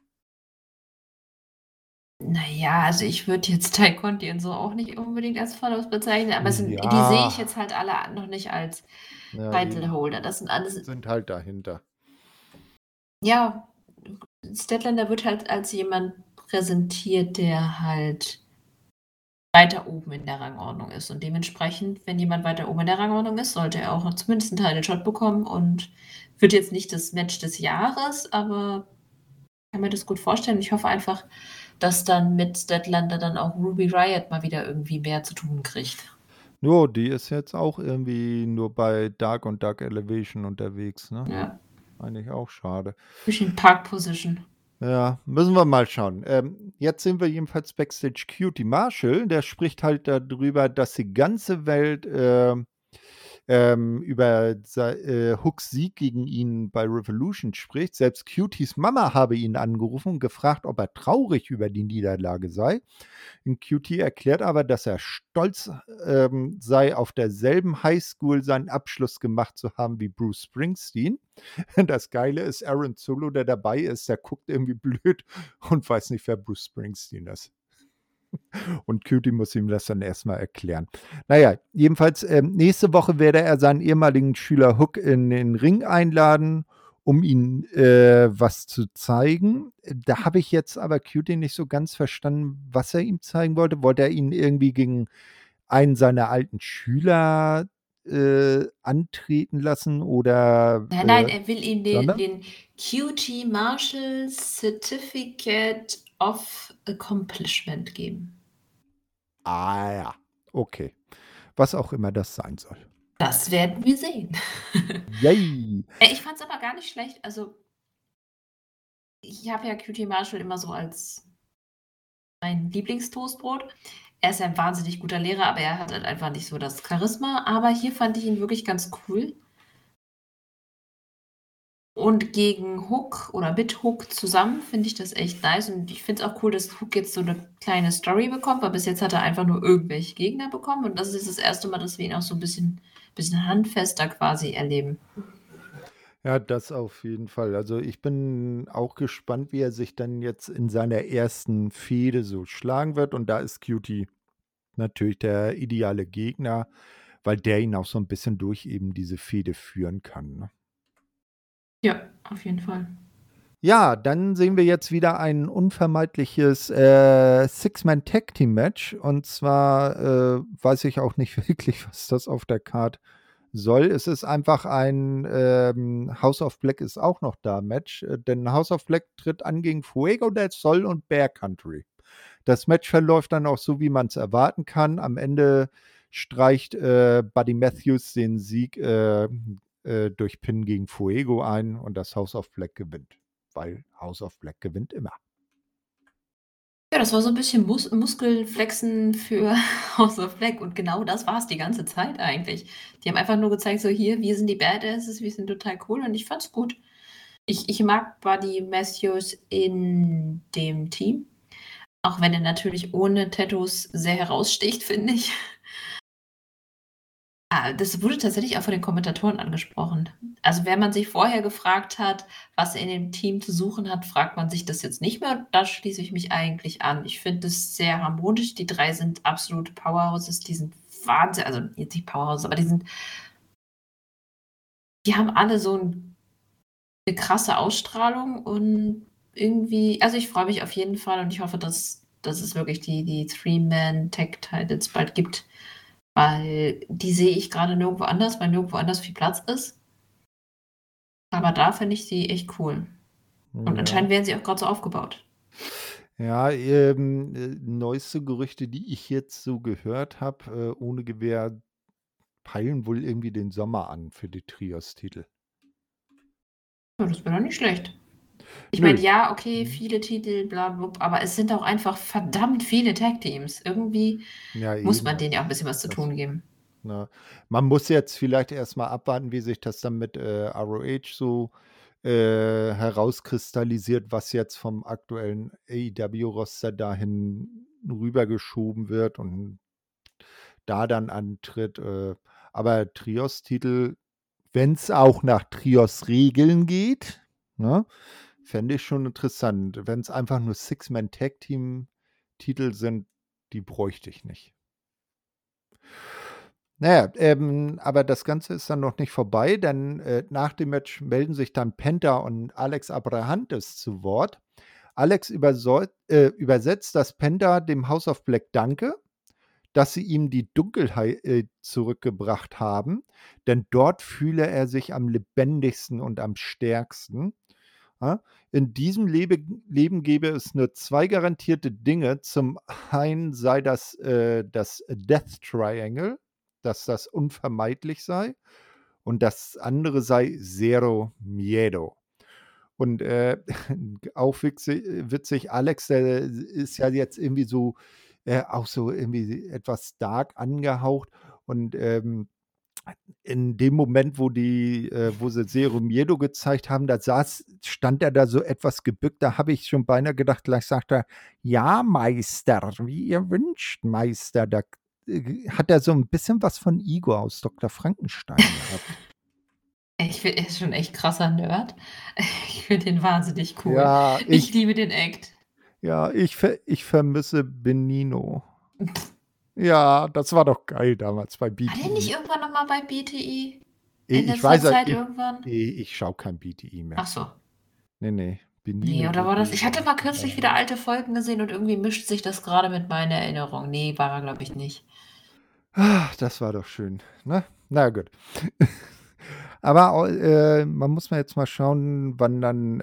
Naja, also ich würde jetzt Ty Conti und so auch nicht unbedingt als Follows bezeichnen, aber die sehe ich Ja, jetzt halt alle noch nicht als ja, Title die Holder. Das sind alles, sind halt dahinter. ja, Statlander wird halt als jemand präsentiert, der halt weiter oben in der Rangordnung ist. Und dementsprechend, wenn jemand weiter oben in der Rangordnung ist, sollte er auch zumindest einen Title Shot bekommen und wird jetzt nicht das Match des Jahres, aber ich kann mir das gut vorstellen. Ich hoffe einfach, dass dann mit Statlander dann auch Ruby Riott mal wieder irgendwie mehr zu tun kriegt. Jo, die ist jetzt auch irgendwie nur bei Dark und Dark Elevation unterwegs, ne? Ja, Eigentlich auch schade. bisschen Park Position. Ja, müssen wir mal schauen. Jetzt sehen wir jedenfalls Backstage Cutie Marshall, der spricht halt darüber, dass die ganze Welt, über Hooks Sieg gegen ihn bei Revolution spricht. Selbst Cuties Mama habe ihn angerufen und gefragt, ob er traurig über die Niederlage sei. Und Cutie erklärt aber, dass er stolz sei, auf derselben Highschool seinen Abschluss gemacht zu haben wie Bruce Springsteen. Das Geile ist, Aaron Solo, der dabei ist, der guckt irgendwie blöd und weiß nicht, wer Bruce Springsteen ist. Und Cutie muss ihm das dann erstmal erklären. Naja, jedenfalls, nächste Woche werde er seinen ehemaligen Schüler Hook in den Ring einladen, um ihm was zu zeigen. Da habe ich jetzt aber Cutie nicht so ganz verstanden, was er ihm zeigen wollte. Wollte er ihn irgendwie gegen einen seiner alten Schüler antreten lassen oder Nein, er will ihm sondern? den QT Marshall Certificate of Accomplishment geben. Ah ja, okay. Was auch immer das sein soll. Das werden wir sehen. Yay! Ich fand's aber gar nicht schlecht. Also, ich habe ja QT Marshall immer so als mein Lieblingstoastbrot. Er ist ja 'n wahnsinnig guter Lehrer, aber er hat halt einfach nicht so das Charisma. Aber hier fand ich ihn wirklich ganz cool. Und gegen Hook oder mit Hook zusammen finde ich das echt nice. Und ich finde es auch cool, dass Hook jetzt so 'ne kleine Story bekommt, weil bis jetzt hat er einfach nur irgendwelche Gegner bekommen. Und das ist jetzt das erste Mal, dass wir ihn auch so 'n bisschen handfester quasi erleben. Ja, das auf jeden Fall. Also, ich bin auch gespannt, wie er sich dann jetzt in seiner ersten Fehde so schlagen wird. Und da ist Cutie natürlich der ideale Gegner, weil der ihn auch so 'n bisschen durch eben diese Fehde führen kann, ne? Ja, auf jeden Fall. Ja, dann sehen wir jetzt wieder ein unvermeidliches, Six-Man-Tag-Team-Match. Und zwar, weiß ich auch nicht wirklich, was das auf der Card soll. Es ist einfach ein, House of Black ist auch noch da Match, denn House of Black tritt an gegen Fuego del Sol und Bear Country. Das Match verläuft dann auch so, wie man es erwarten kann. Am Ende streicht, Buddy Matthews den Sieg, durch Pin gegen Fuego ein und das House of Black gewinnt, weil House of Black gewinnt immer. Ja, das war so 'n bisschen Muskelflexen für House of Black und genau das war's die ganze Zeit eigentlich. Die haben einfach nur gezeigt, so: „Hier, wir sind die Badasses, wir sind total cool“, und ich fand's gut. Ich mag Buddy Matthews in dem Team, auch wenn er natürlich ohne Tattoos sehr heraussticht, finde ich. Das wurde tatsächlich auch von den Kommentatoren angesprochen. Also, wenn man sich vorher gefragt hat, was er in dem Team zu suchen hat, fragt man sich das jetzt nicht mehr. Da schließe ich mich eigentlich an. Ich finde es sehr harmonisch. Die 3 sind absolute Powerhouses. Die sind Wahnsinn, also, jetzt nicht Powerhouses, aber die haben alle so 'ne krasse Ausstrahlung und irgendwie, also, ich freue mich auf jeden Fall und ich hoffe, dass es wirklich die Three-Man-Tag-Titles bald gibt, weil die sehe ich grade nirgendwo anders, weil nirgendwo anders viel Platz ist. Aber da finde ich die echt cool. Und Ja. anscheinend werden sie auch grad so aufgebaut. Ja, neueste Gerüchte, die ich jetzt so gehört habe, ohne Gewehr, peilen wohl irgendwie den Sommer an für die Trios-Titel. Ja, das wäre doch nicht schlecht. Ich Nö. meine, ja, okay, Mhm. viele Titel, bla blub, aber es sind auch einfach verdammt viele Tag-Teams. Irgendwie Ja, muss man eben. denen ja auch 'n bisschen was zu Das tun geben. Ne? Man muss jetzt vielleicht erst mal abwarten, wie sich das dann mit, ROH so, herauskristallisiert, was jetzt vom aktuellen AEW-Roster dahin rübergeschoben wird und da dann antritt. Aber Trios-Titel, wenn's auch nach Trios-Regeln geht, ne, fände ich schon interessant. Wenn's einfach nur Six-Man-Tag-Team-Titel sind, die bräuchte ich nicht. Na ja, aber das Ganze ist dann noch nicht vorbei, denn, nach dem Match melden sich dann Penta und Alex Abrahantes zu Wort. Alex übersetzt, dass Penta dem House of Black danke, dass sie ihm die Dunkelheit, zurückgebracht haben, denn dort fühle er sich am lebendigsten und am stärksten. Ja? In diesem Leben gäbe es nur 2 garantierte Dinge. Zum einen sei das Death Triangle, dass das unvermeidlich sei, und das andere sei Zero Miedo. Und, auch witzig, Alex, der ist ja jetzt irgendwie so, auch so irgendwie etwas dark angehaucht und, in dem Moment, wo sie Zero Miedo gezeigt haben, stand er da so etwas gebückt, da habe ich schon beinahe gedacht, gleich sagt er: „Ja, Meister, wie ihr wünscht, Meister." Da, hat er so 'n bisschen was von Igor aus Doktor Frankenstein gehabt. Ich finde, er ist schon echt krasser Nerd. Ich finde den wahnsinnig cool. Ja, Ich liebe den Act. ich vermisse Benino. Ja, das war doch geil damals bei War der nicht BTE. irgendwann noch mal bei BTE? In Ich letzter weiß ja, Zeit irgendwann? ich schaue kein BTE mehr. Ach so. Ne, Ne, Benino oder war das, ich hatte mal kürzlich wieder damals. alte Folgen gesehen und irgendwie mischt sich das grade mit meiner Erinnerung. Ne, war er, glaube ich, nicht. Das war doch schön, ne? Na ja, gut. Aber man muss mal jetzt mal schauen, wann dann,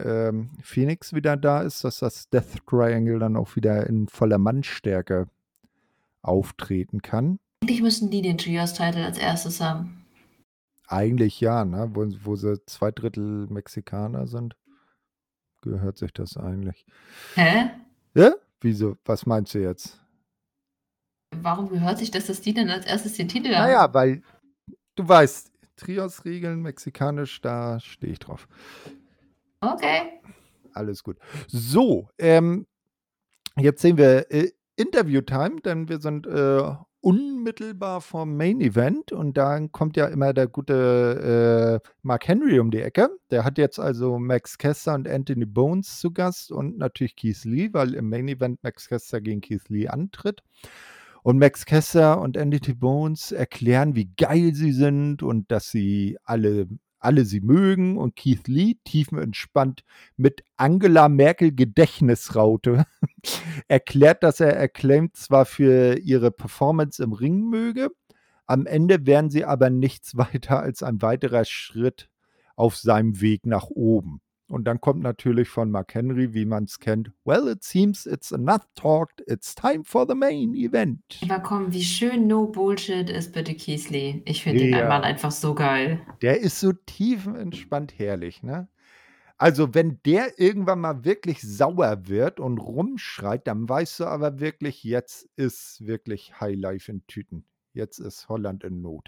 Phoenix wieder da ist, dass das Death Triangle dann auch wieder in voller Mannstärke auftreten kann. Eigentlich müssten die den Trios-Title als erstes haben. Eigentlich ja, ne? Wo sie 2/3 Mexikaner sind, gehört sich das eigentlich. Hä? Ja? Wieso? Was meinst du jetzt? Warum gehört sich das, dass die dann als erstes den Titel haben? Naja, weil du weißt, Trios-Regeln, mexikanisch, da stehe ich drauf. Okay. Alles gut. So, jetzt sehen wir Interview-Time, denn wir sind unmittelbar vom Main Event und dann kommt ja immer der gute Mark Henry um die Ecke. Der hat jetzt also Max Caster und Anthony Bones zu Gast und natürlich Keith Lee, weil im Main Event Max Caster gegen Keith Lee antritt. Und Max Caster und Anthony Bones erklären, wie geil sie sind und dass sie alle sie mögen und Keith Lee tiefenentspannt mit Angela Merkel Gedächtnisraute erklärt, dass er Acclaim zwar für ihre Performance im Ring möge, am Ende wären sie aber nichts weiter als ein weiterer Schritt auf seinem Weg nach oben. Und dann kommt natürlich von Mark Henry, wie man es kennt, well, it seems it's enough talked, it's time for the main event. Aber komm, wie schön No Bullshit ist bitte Keith Lee. Ich finde den Mann einfach so geil. Der ist so tiefenentspannt herrlich, ne? Also, wenn der irgendwann mal wirklich sauer wird und rumschreit, dann weißt du aber wirklich, jetzt ist wirklich Highlife in Tüten. Jetzt ist Holland in Not.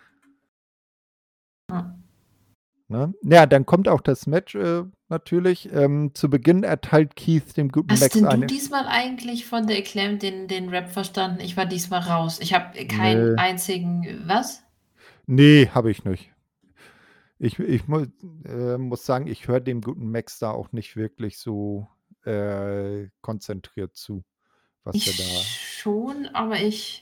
Ja. Ne? Ja, dann kommt auch das Match natürlich. Zu Beginn erteilt Keith dem guten Hast Max denn du eine. diesmal eigentlich von der Acclaim den Rap verstanden? Ich war diesmal raus. Ich habe keinen Nee. einzigen. Was? Nee, habe ich nicht. Ich muss sagen, ich höre dem guten Max da auch nicht wirklich so konzentriert zu, was er da. Ich schon, aber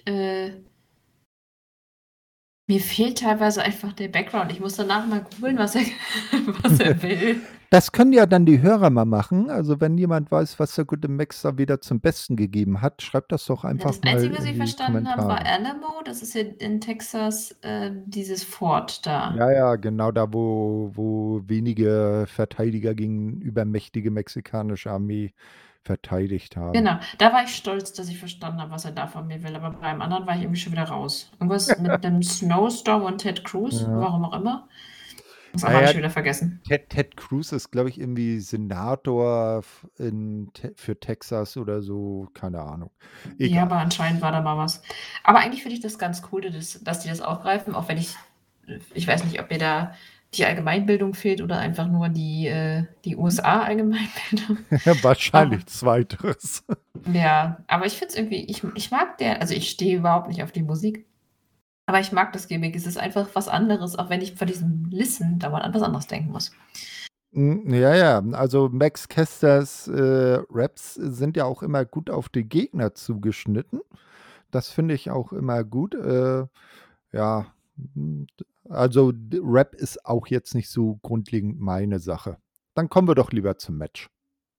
mir fehlt teilweise einfach der Background. Ich muss danach mal googeln, was er will. Das können ja dann die Hörer mal machen. Also, wenn jemand weiß, was der gute Max da wieder zum Besten gegeben hat, schreibt das doch einfach Das mal Einzige, was in ich die verstanden habe, war Kommentare. Alamo. Das ist ja in Texas dieses Fort da. Ja, ja, genau da, wo wenige Verteidiger gegen übermächtige mexikanische Armee verteidigt haben. Genau, da war ich stolz, dass ich verstanden habe, was er da von mir will, aber beim anderen war ich irgendwie schon wieder raus. Irgendwas mit dem Snowstorm und Ted Cruz, Ja. warum auch immer. Das habe ich schon wieder vergessen. Ted Cruz ist, glaube ich, irgendwie Senator für Texas oder so, keine Ahnung. Egal. Ja, aber anscheinend war da mal was. Aber eigentlich finde ich das ganz cool, dass die das aufgreifen, auch wenn ich weiß nicht, ob mir da die Allgemeinbildung fehlt oder einfach nur die USA-Allgemeinbildung. Wahrscheinlich zweiteres. Ja, aber ich finde es irgendwie, ich mag also ich stehe überhaupt nicht auf die Musik, aber ich mag das Gimmick. Es ist einfach was anderes, auch wenn ich von diesem Listen dauernd an was anderes denken muss. Ja, ja, also Max Kesters Raps sind ja auch immer gut auf die Gegner zugeschnitten. Das finde ich auch immer gut. Ja, also Rap ist auch jetzt nicht so grundlegend meine Sache. Dann kommen wir doch lieber zum Match.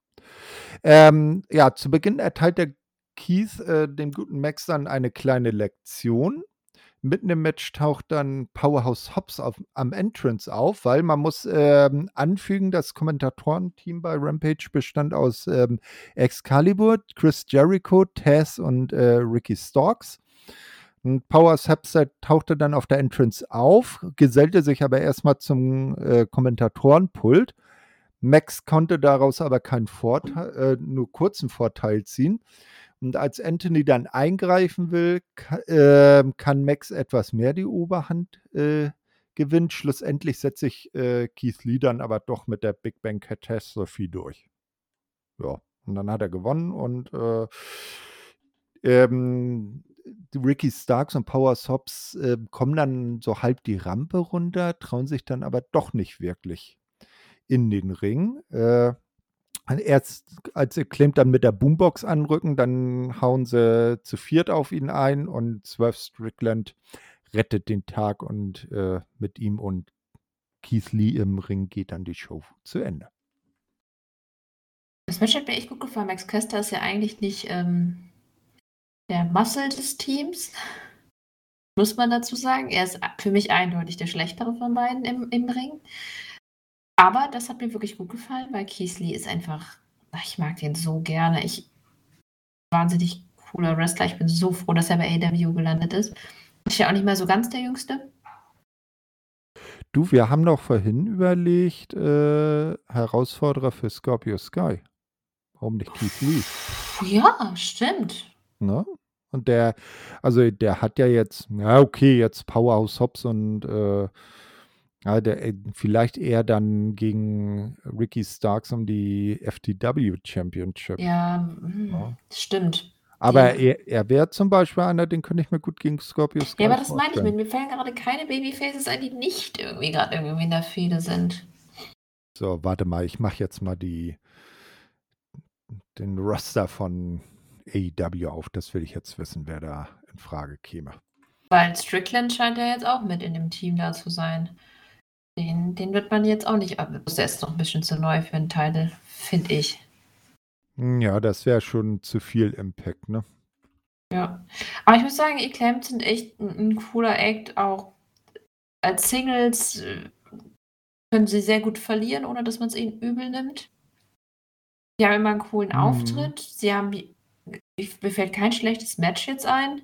Ja, zu Beginn erteilt der Keith dem guten Max dann eine kleine Lektion. Mitten im Match taucht dann Powerhouse Hobbs am Entrance auf, weil man muss anfügen, das Kommentatorenteam bei Rampage bestand aus Excalibur, Chris Jericho, Taz und Ricky Starks. Und Powerhouse Hobbs tauchte dann auf der Entrance auf, gesellte sich aber erstmal zum Kommentatorenpult. Max konnte daraus aber keinen Vorteil, nur kurzen Vorteil ziehen. Und als Anthony dann eingreifen will, kann Max etwas mehr die Oberhand gewinnen. Schlussendlich setzt sich Keith Lee dann aber doch mit der Big Bang Catastrophe durch. Ja, und dann hat er gewonnen und Ricky Starks und Powerhouse Hobbs kommen dann so halb die Rampe runter, trauen sich dann aber doch nicht wirklich in den Ring. Erst als sie Acclaim dann mit der Boombox anrücken, dann hauen sie zu viert auf ihn ein und Swerve Strickland rettet den Tag und mit ihm und Keith Lee im Ring geht dann die Show zu Ende. Das Match hat mir echt gut gefallen. Max Caster ist ja eigentlich nicht der Muscle des Teams, muss man dazu sagen. Er ist für mich eindeutig der schlechtere von beiden im Ring. Aber das hat mir wirklich gut gefallen, weil Keith Lee ist einfach, ich mag den so gerne. Wahnsinnig cooler Wrestler. Ich bin so froh, dass er bei AEW gelandet ist. Ist ja auch nicht mehr so ganz der Jüngste. Du, wir haben doch vorhin überlegt, Herausforderer für Scorpio Sky. Warum nicht Keith Lee? Ja, stimmt. Ne? Und der hat ja jetzt, ja, okay, jetzt Powerhouse Hobbs und ja, vielleicht eher dann gegen Ricky Starks um die FTW Championship. Ja, Ja. stimmt. Aber er wäre zum Beispiel einer, den könnte ich mir gut gegen Scorpio Sky Ja, aber das meine ich vorstellen. mit. Mir fallen gerade keine Babyfaces ein, die nicht gerade irgendwie in der Fehde sind. So, warte mal, ich mache jetzt mal den Roster von AEW auf. Das will ich jetzt wissen, wer da in Frage käme. Weil Strickland scheint ja jetzt auch mit in dem Team da zu sein. Den wird man jetzt auch nicht ab. Der ist noch ein bisschen zu neu für einen Titel, finde ich. Ja, das wäre schon zu viel Impact, ne? Ja. Aber ich muss sagen, Acclaimed sind echt ein cooler Act. Auch als Singles können sie sehr gut verlieren, ohne dass man es ihnen übel nimmt. Die haben immer einen coolen Auftritt. Sie haben, mir fällt kein schlechtes Match jetzt ein.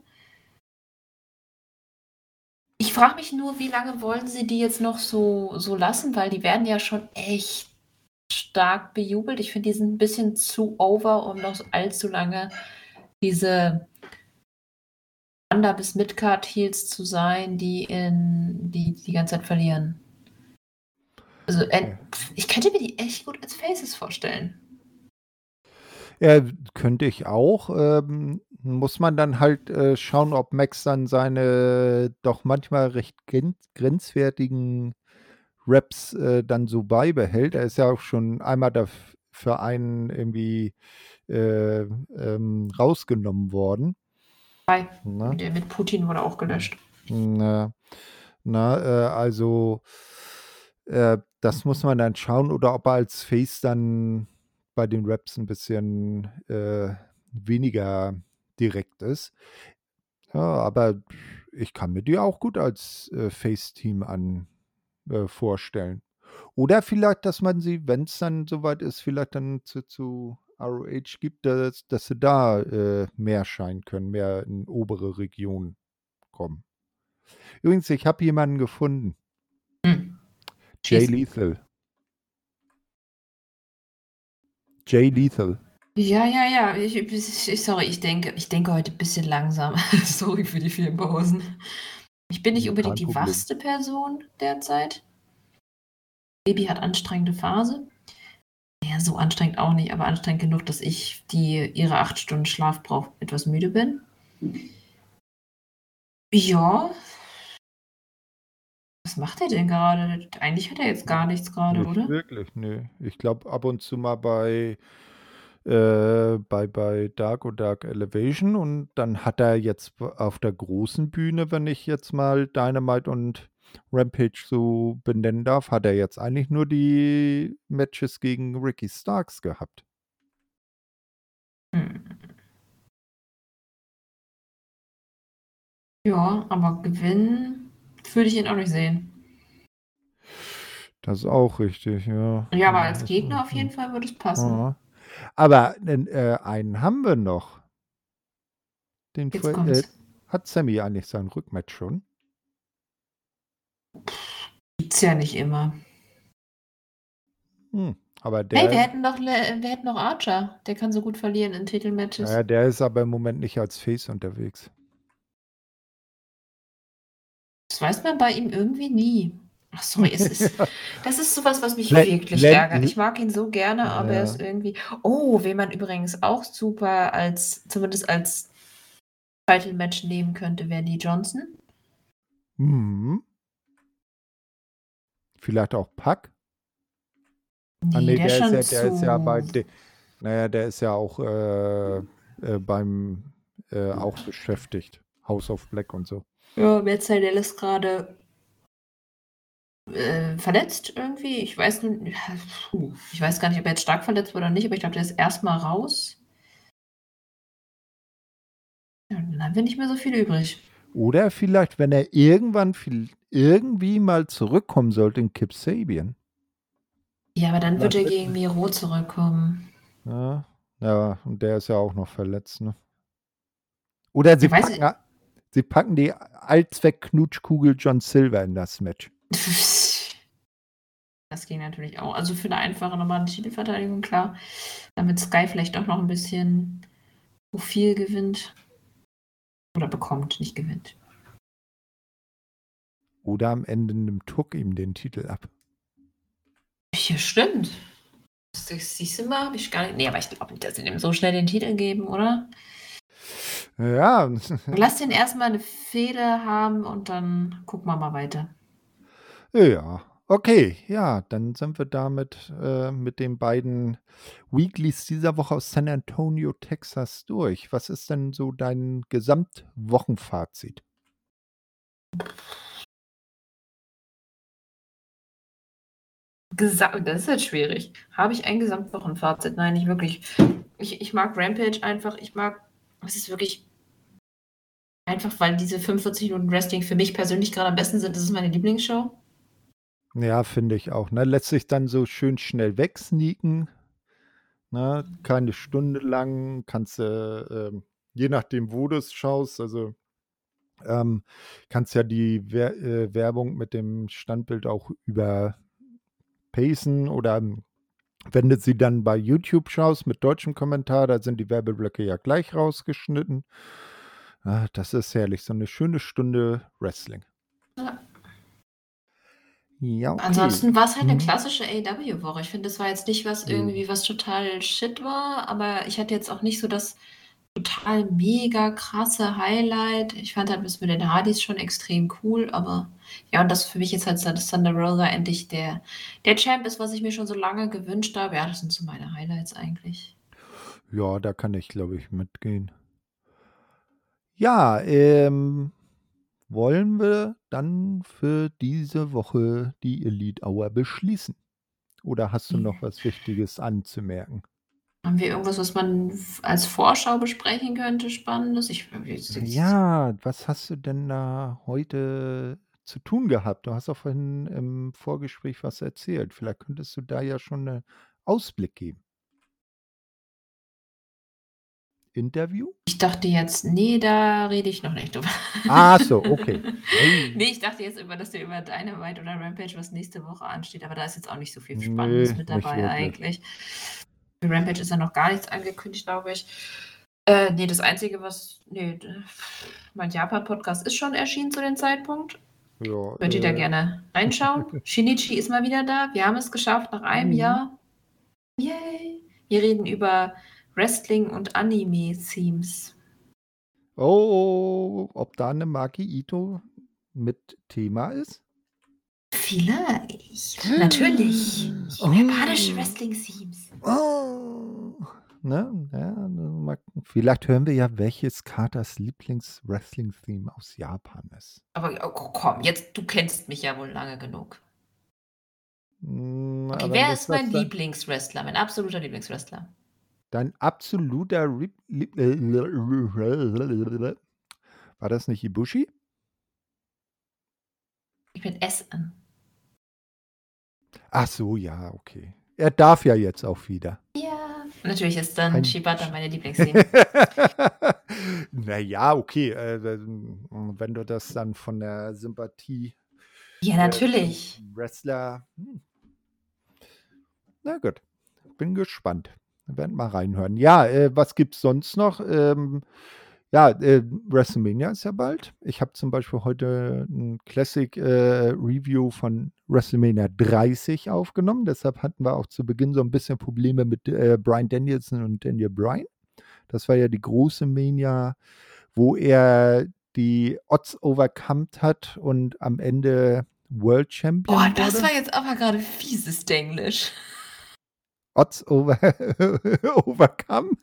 Ich frage mich nur, wie lange wollen sie die jetzt noch so lassen, weil die werden ja schon echt stark bejubelt. Ich finde, die sind ein bisschen zu over, um noch allzu lange diese Under- bis Midcard-Heels zu sein, die die ganze Zeit verlieren. Also ich könnte mir die echt gut als Faces vorstellen. Ja, könnte ich auch. Muss man dann halt schauen, ob Max dann seine doch manchmal recht grenzwertigen Raps dann so beibehält. Er ist ja auch schon einmal für einen irgendwie rausgenommen worden. Mit Putin wurde auch gelöscht. Also das muss man dann schauen oder ob er als Face dann bei den Raps ein bisschen weniger direkt ist. Ja, aber ich kann mir die auch gut als Face-Team vorstellen. Oder vielleicht, dass man sie, wenn es dann soweit ist, vielleicht dann zu ROH gibt, dass sie da mehr scheinen können, mehr in obere Regionen kommen. Übrigens, ich habe jemanden gefunden. Jay Schieß. Lethal. Jay Lethal. Ja. Sorry, ich denke heute ein bisschen langsam. Sorry für die vielen Pausen. Ich bin nicht Kein unbedingt die Problem. wachste Person derzeit. Baby hat anstrengende Phase. Ja, so anstrengend auch nicht, aber anstrengend genug, dass ich, die ihre 8 Stunden Schlaf braucht, etwas müde bin. Ja. Was macht er denn gerade? Eigentlich hat er jetzt gar nichts gerade, Nicht oder? wirklich, ne. Ich glaube, ab und zu mal bei Dark und Dark Elevation und dann hat er jetzt auf der großen Bühne, wenn ich jetzt mal Dynamite und Rampage so benennen darf, hat er jetzt eigentlich nur die Matches gegen Ricky Starks gehabt. Ja, aber gewinnen würde ich ihn auch nicht sehen. Das ist auch richtig, ja. Ja, aber als Gegner auf jeden Fall würde es passen. Ja. Aber einen haben wir noch. Jetzt kommt's. Hat Sammy eigentlich sein Rückmatch schon? Gibt's ja nicht immer. Aber Hey, wir der, hätten noch Archer. Der kann so gut verlieren in Titelmatches. naja, der ist aber im Moment nicht als Face unterwegs. Das weiß man bei ihm irgendwie nie. Ach sorry, das ist sowas, was mich Len- wirklich Len- ärgert. Ich mag ihn so gerne, aber er ist irgendwie. Oh, wen man übrigens auch super zumindest als Title-Match nehmen könnte, wäre Lee Johnson. Vielleicht auch Pack? Nee, der ist schon der ist ja naja, der ist ja auch auch beschäftigt. House of Black und so. Ja, Mercedes ist gerade verletzt irgendwie. Ich weiß gar nicht, ob er jetzt stark verletzt wurde oder nicht, aber ich glaube, der ist erstmal raus. Ja, dann haben wir nicht mehr so viel übrig. Oder vielleicht, wenn er irgendwann irgendwie mal zurückkommen sollte in Kip Sabian. Ja, aber dann wird er gegen Miro zurückkommen. Ja, und der ist ja auch noch verletzt, ne? Oder sie Ja, weiß ich. packen die Allzweck-Knutschkugel John Silver in das Match. Das ging natürlich auch. Also für eine einfache normale Titelverteidigung, klar. Damit Sky vielleicht auch noch ein bisschen Profil gewinnt. Oder bekommt, nicht gewinnt. Oder am Ende nimmt Hook ihm den Titel ab. Ja, stimmt. Das siehst du mal, habe ich gar nicht. Nee, aber ich glaube nicht, dass sie dem so schnell den Titel geben, oder? Ja. Lass den erstmal eine Fehde haben und dann gucken wir mal weiter. Ja. Okay, ja, dann sind wir damit mit den beiden Weeklies dieser Woche aus San Antonio, Texas durch. Was ist denn so dein Gesamtwochenfazit? Das ist jetzt schwierig. Habe ich ein Gesamtwochenfazit? Nein, nicht wirklich. Ich mag Rampage einfach. Es ist wirklich einfach, weil diese 45 Minuten Wrestling für mich persönlich gerade am besten sind. Das ist meine Lieblingsshow. Ja, finde ich auch. Ne? Lässt sich dann so schön schnell wegsneaken. Ne? Keine Stunde lang. Kannst du, je nachdem, wo du es schaust, also kannst ja die Werbung mit dem Standbild auch überpacen oder wenn du sie dann bei YouTube schaust mit deutschem Kommentar, da sind die Werbeblöcke ja gleich rausgeschnitten. Ah, das ist herrlich. So eine schöne Stunde Wrestling. Ja. Ja, okay. Ansonsten war es halt eine klassische AEW-Woche. Ich finde, das war jetzt nicht was irgendwie, was total shit war, aber ich hatte jetzt auch nicht so das total mega krasse Highlight. Ich fand halt das mit den Hardys schon extrem cool, aber ja, und das für mich jetzt halt das Thunder Rosa endlich der Champ ist, was ich mir schon so lange gewünscht habe. Ja, das sind so meine Highlights eigentlich. Ja, da kann ich, glaube ich, mitgehen. Ja, wollen wir dann für diese Woche die Elite Hour beschließen? Oder hast du noch was Wichtiges anzumerken? Haben wir irgendwas, was man als Vorschau besprechen könnte, Spannendes? Ja, was hast du denn da heute zu tun gehabt? Du hast auch vorhin im Vorgespräch was erzählt. Vielleicht könntest du da ja schon einen Ausblick geben. Interview? Ich dachte jetzt, nee, da rede ich noch nicht drüber. Ach so, okay. Nee, ich dachte jetzt dass du über Dynamite oder Rampage, was nächste Woche ansteht, aber da ist jetzt auch nicht so viel Nee, Spannendes mit nicht dabei wirklich. eigentlich. Für Rampage ist ja noch gar nichts angekündigt, glaube ich. Nee, das Einzige, mein Japan-Podcast ist schon erschienen zu dem Zeitpunkt. Ja, Könnt ihr da gerne reinschauen. Shinichi ist mal wieder da. Wir haben es geschafft nach einem Jahr. Yay! Wir reden über Wrestling und Anime-Themes. Oh, ob da eine Maki Ito mit Thema ist? Vielleicht. Natürlich. Japanische Wrestling-Themes. Oh. Ne? Ja, vielleicht hören wir ja, welches Katers Lieblings-Wrestling-Theme aus Japan ist. Aber komm, jetzt, du kennst mich ja wohl lange genug. Okay, Aber wer nicht, ist mein was Lieblingswrestler, mein absoluter Lieblingswrestler? dein absoluter war das nicht Ibushi? Ich bin Essen. Ach so, ja, okay. Er darf ja jetzt auch wieder. Ja. Natürlich ist dann Shibata meine Lieblingstheme. Naja, okay. Wenn du das dann von der Sympathie Ja, natürlich. Wrestler. Na gut, bin gespannt. Wir werden mal reinhören. Ja, was gibt's sonst noch? WrestleMania ist ja bald. Ich habe zum Beispiel heute ein Classic-Review von WrestleMania 30 aufgenommen. Deshalb hatten wir auch zu Beginn so ein bisschen Probleme mit Bryan Danielson und Daniel Bryan. Das war ja die große Mania, wo er die Odds overcome hat und am Ende World Champion Boah, das wurde. war jetzt aber gerade fieses Denglisch. Odds overcome?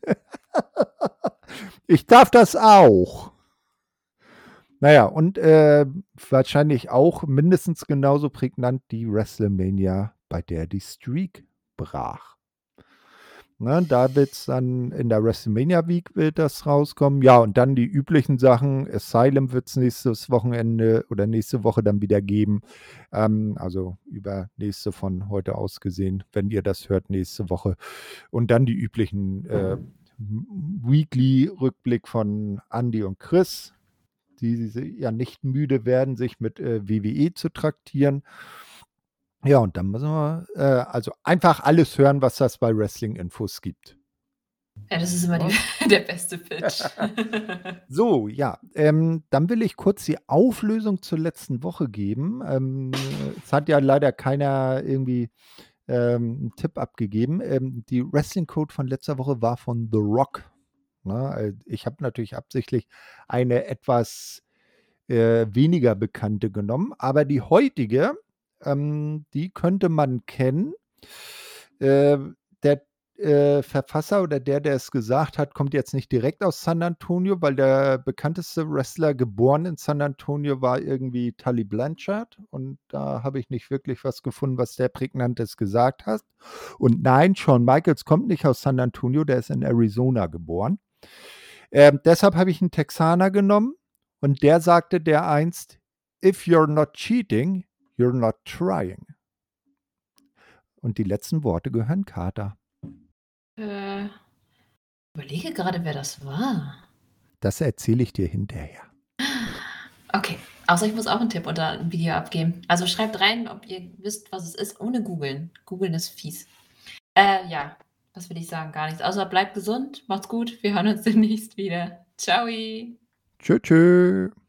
Ich darf das auch. Naja, und wahrscheinlich auch mindestens genauso prägnant die WrestleMania, bei der die Streak brach. Ne, da wird es dann in der WrestleMania Week wird das rauskommen. Ja, und dann die üblichen Sachen. Asylum wird es nächstes Wochenende oder nächste Woche dann wieder geben. Also übernächste von heute aus gesehen, wenn ihr das hört, nächste Woche. Und dann die üblichen Weekly-Rückblick von Andy und Chris, die ja nicht müde werden, sich mit WWE zu traktieren. Ja, und dann müssen wir also einfach alles hören, was das bei Wrestling-Infos gibt. Ja, das ist immer der beste Pitch. So, ja, dann will ich kurz die Auflösung zur letzten Woche geben. Es hat ja leider keiner irgendwie einen Tipp abgegeben. Die Wrestling-Code von letzter Woche war von The Rock. Ne? Ich habe natürlich absichtlich eine etwas weniger bekannte genommen, aber die heutige, die könnte man kennen. Der Verfasser oder der es gesagt hat, kommt jetzt nicht direkt aus San Antonio, weil der bekannteste Wrestler geboren in San Antonio war irgendwie Tully Blanchard und da habe ich nicht wirklich was gefunden, was der Prägnantes gesagt hat. Und nein, Shawn Michaels kommt nicht aus San Antonio, der ist in Arizona geboren. Deshalb habe ich einen Texaner genommen und der sagte der einst, if you're not cheating, you're not trying. Und die letzten Worte gehören Carter. Überlege gerade, wer das war. Das erzähle ich dir hinterher. Okay, außer ich muss auch einen Tipp unter ein Video abgeben. Also schreibt rein, ob ihr wisst, was es ist, ohne googeln. Googeln ist fies. Ja, was will ich sagen? Gar nichts. Außer bleibt gesund, macht's gut. Wir hören uns demnächst wieder. Ciao. Tschö, tschö.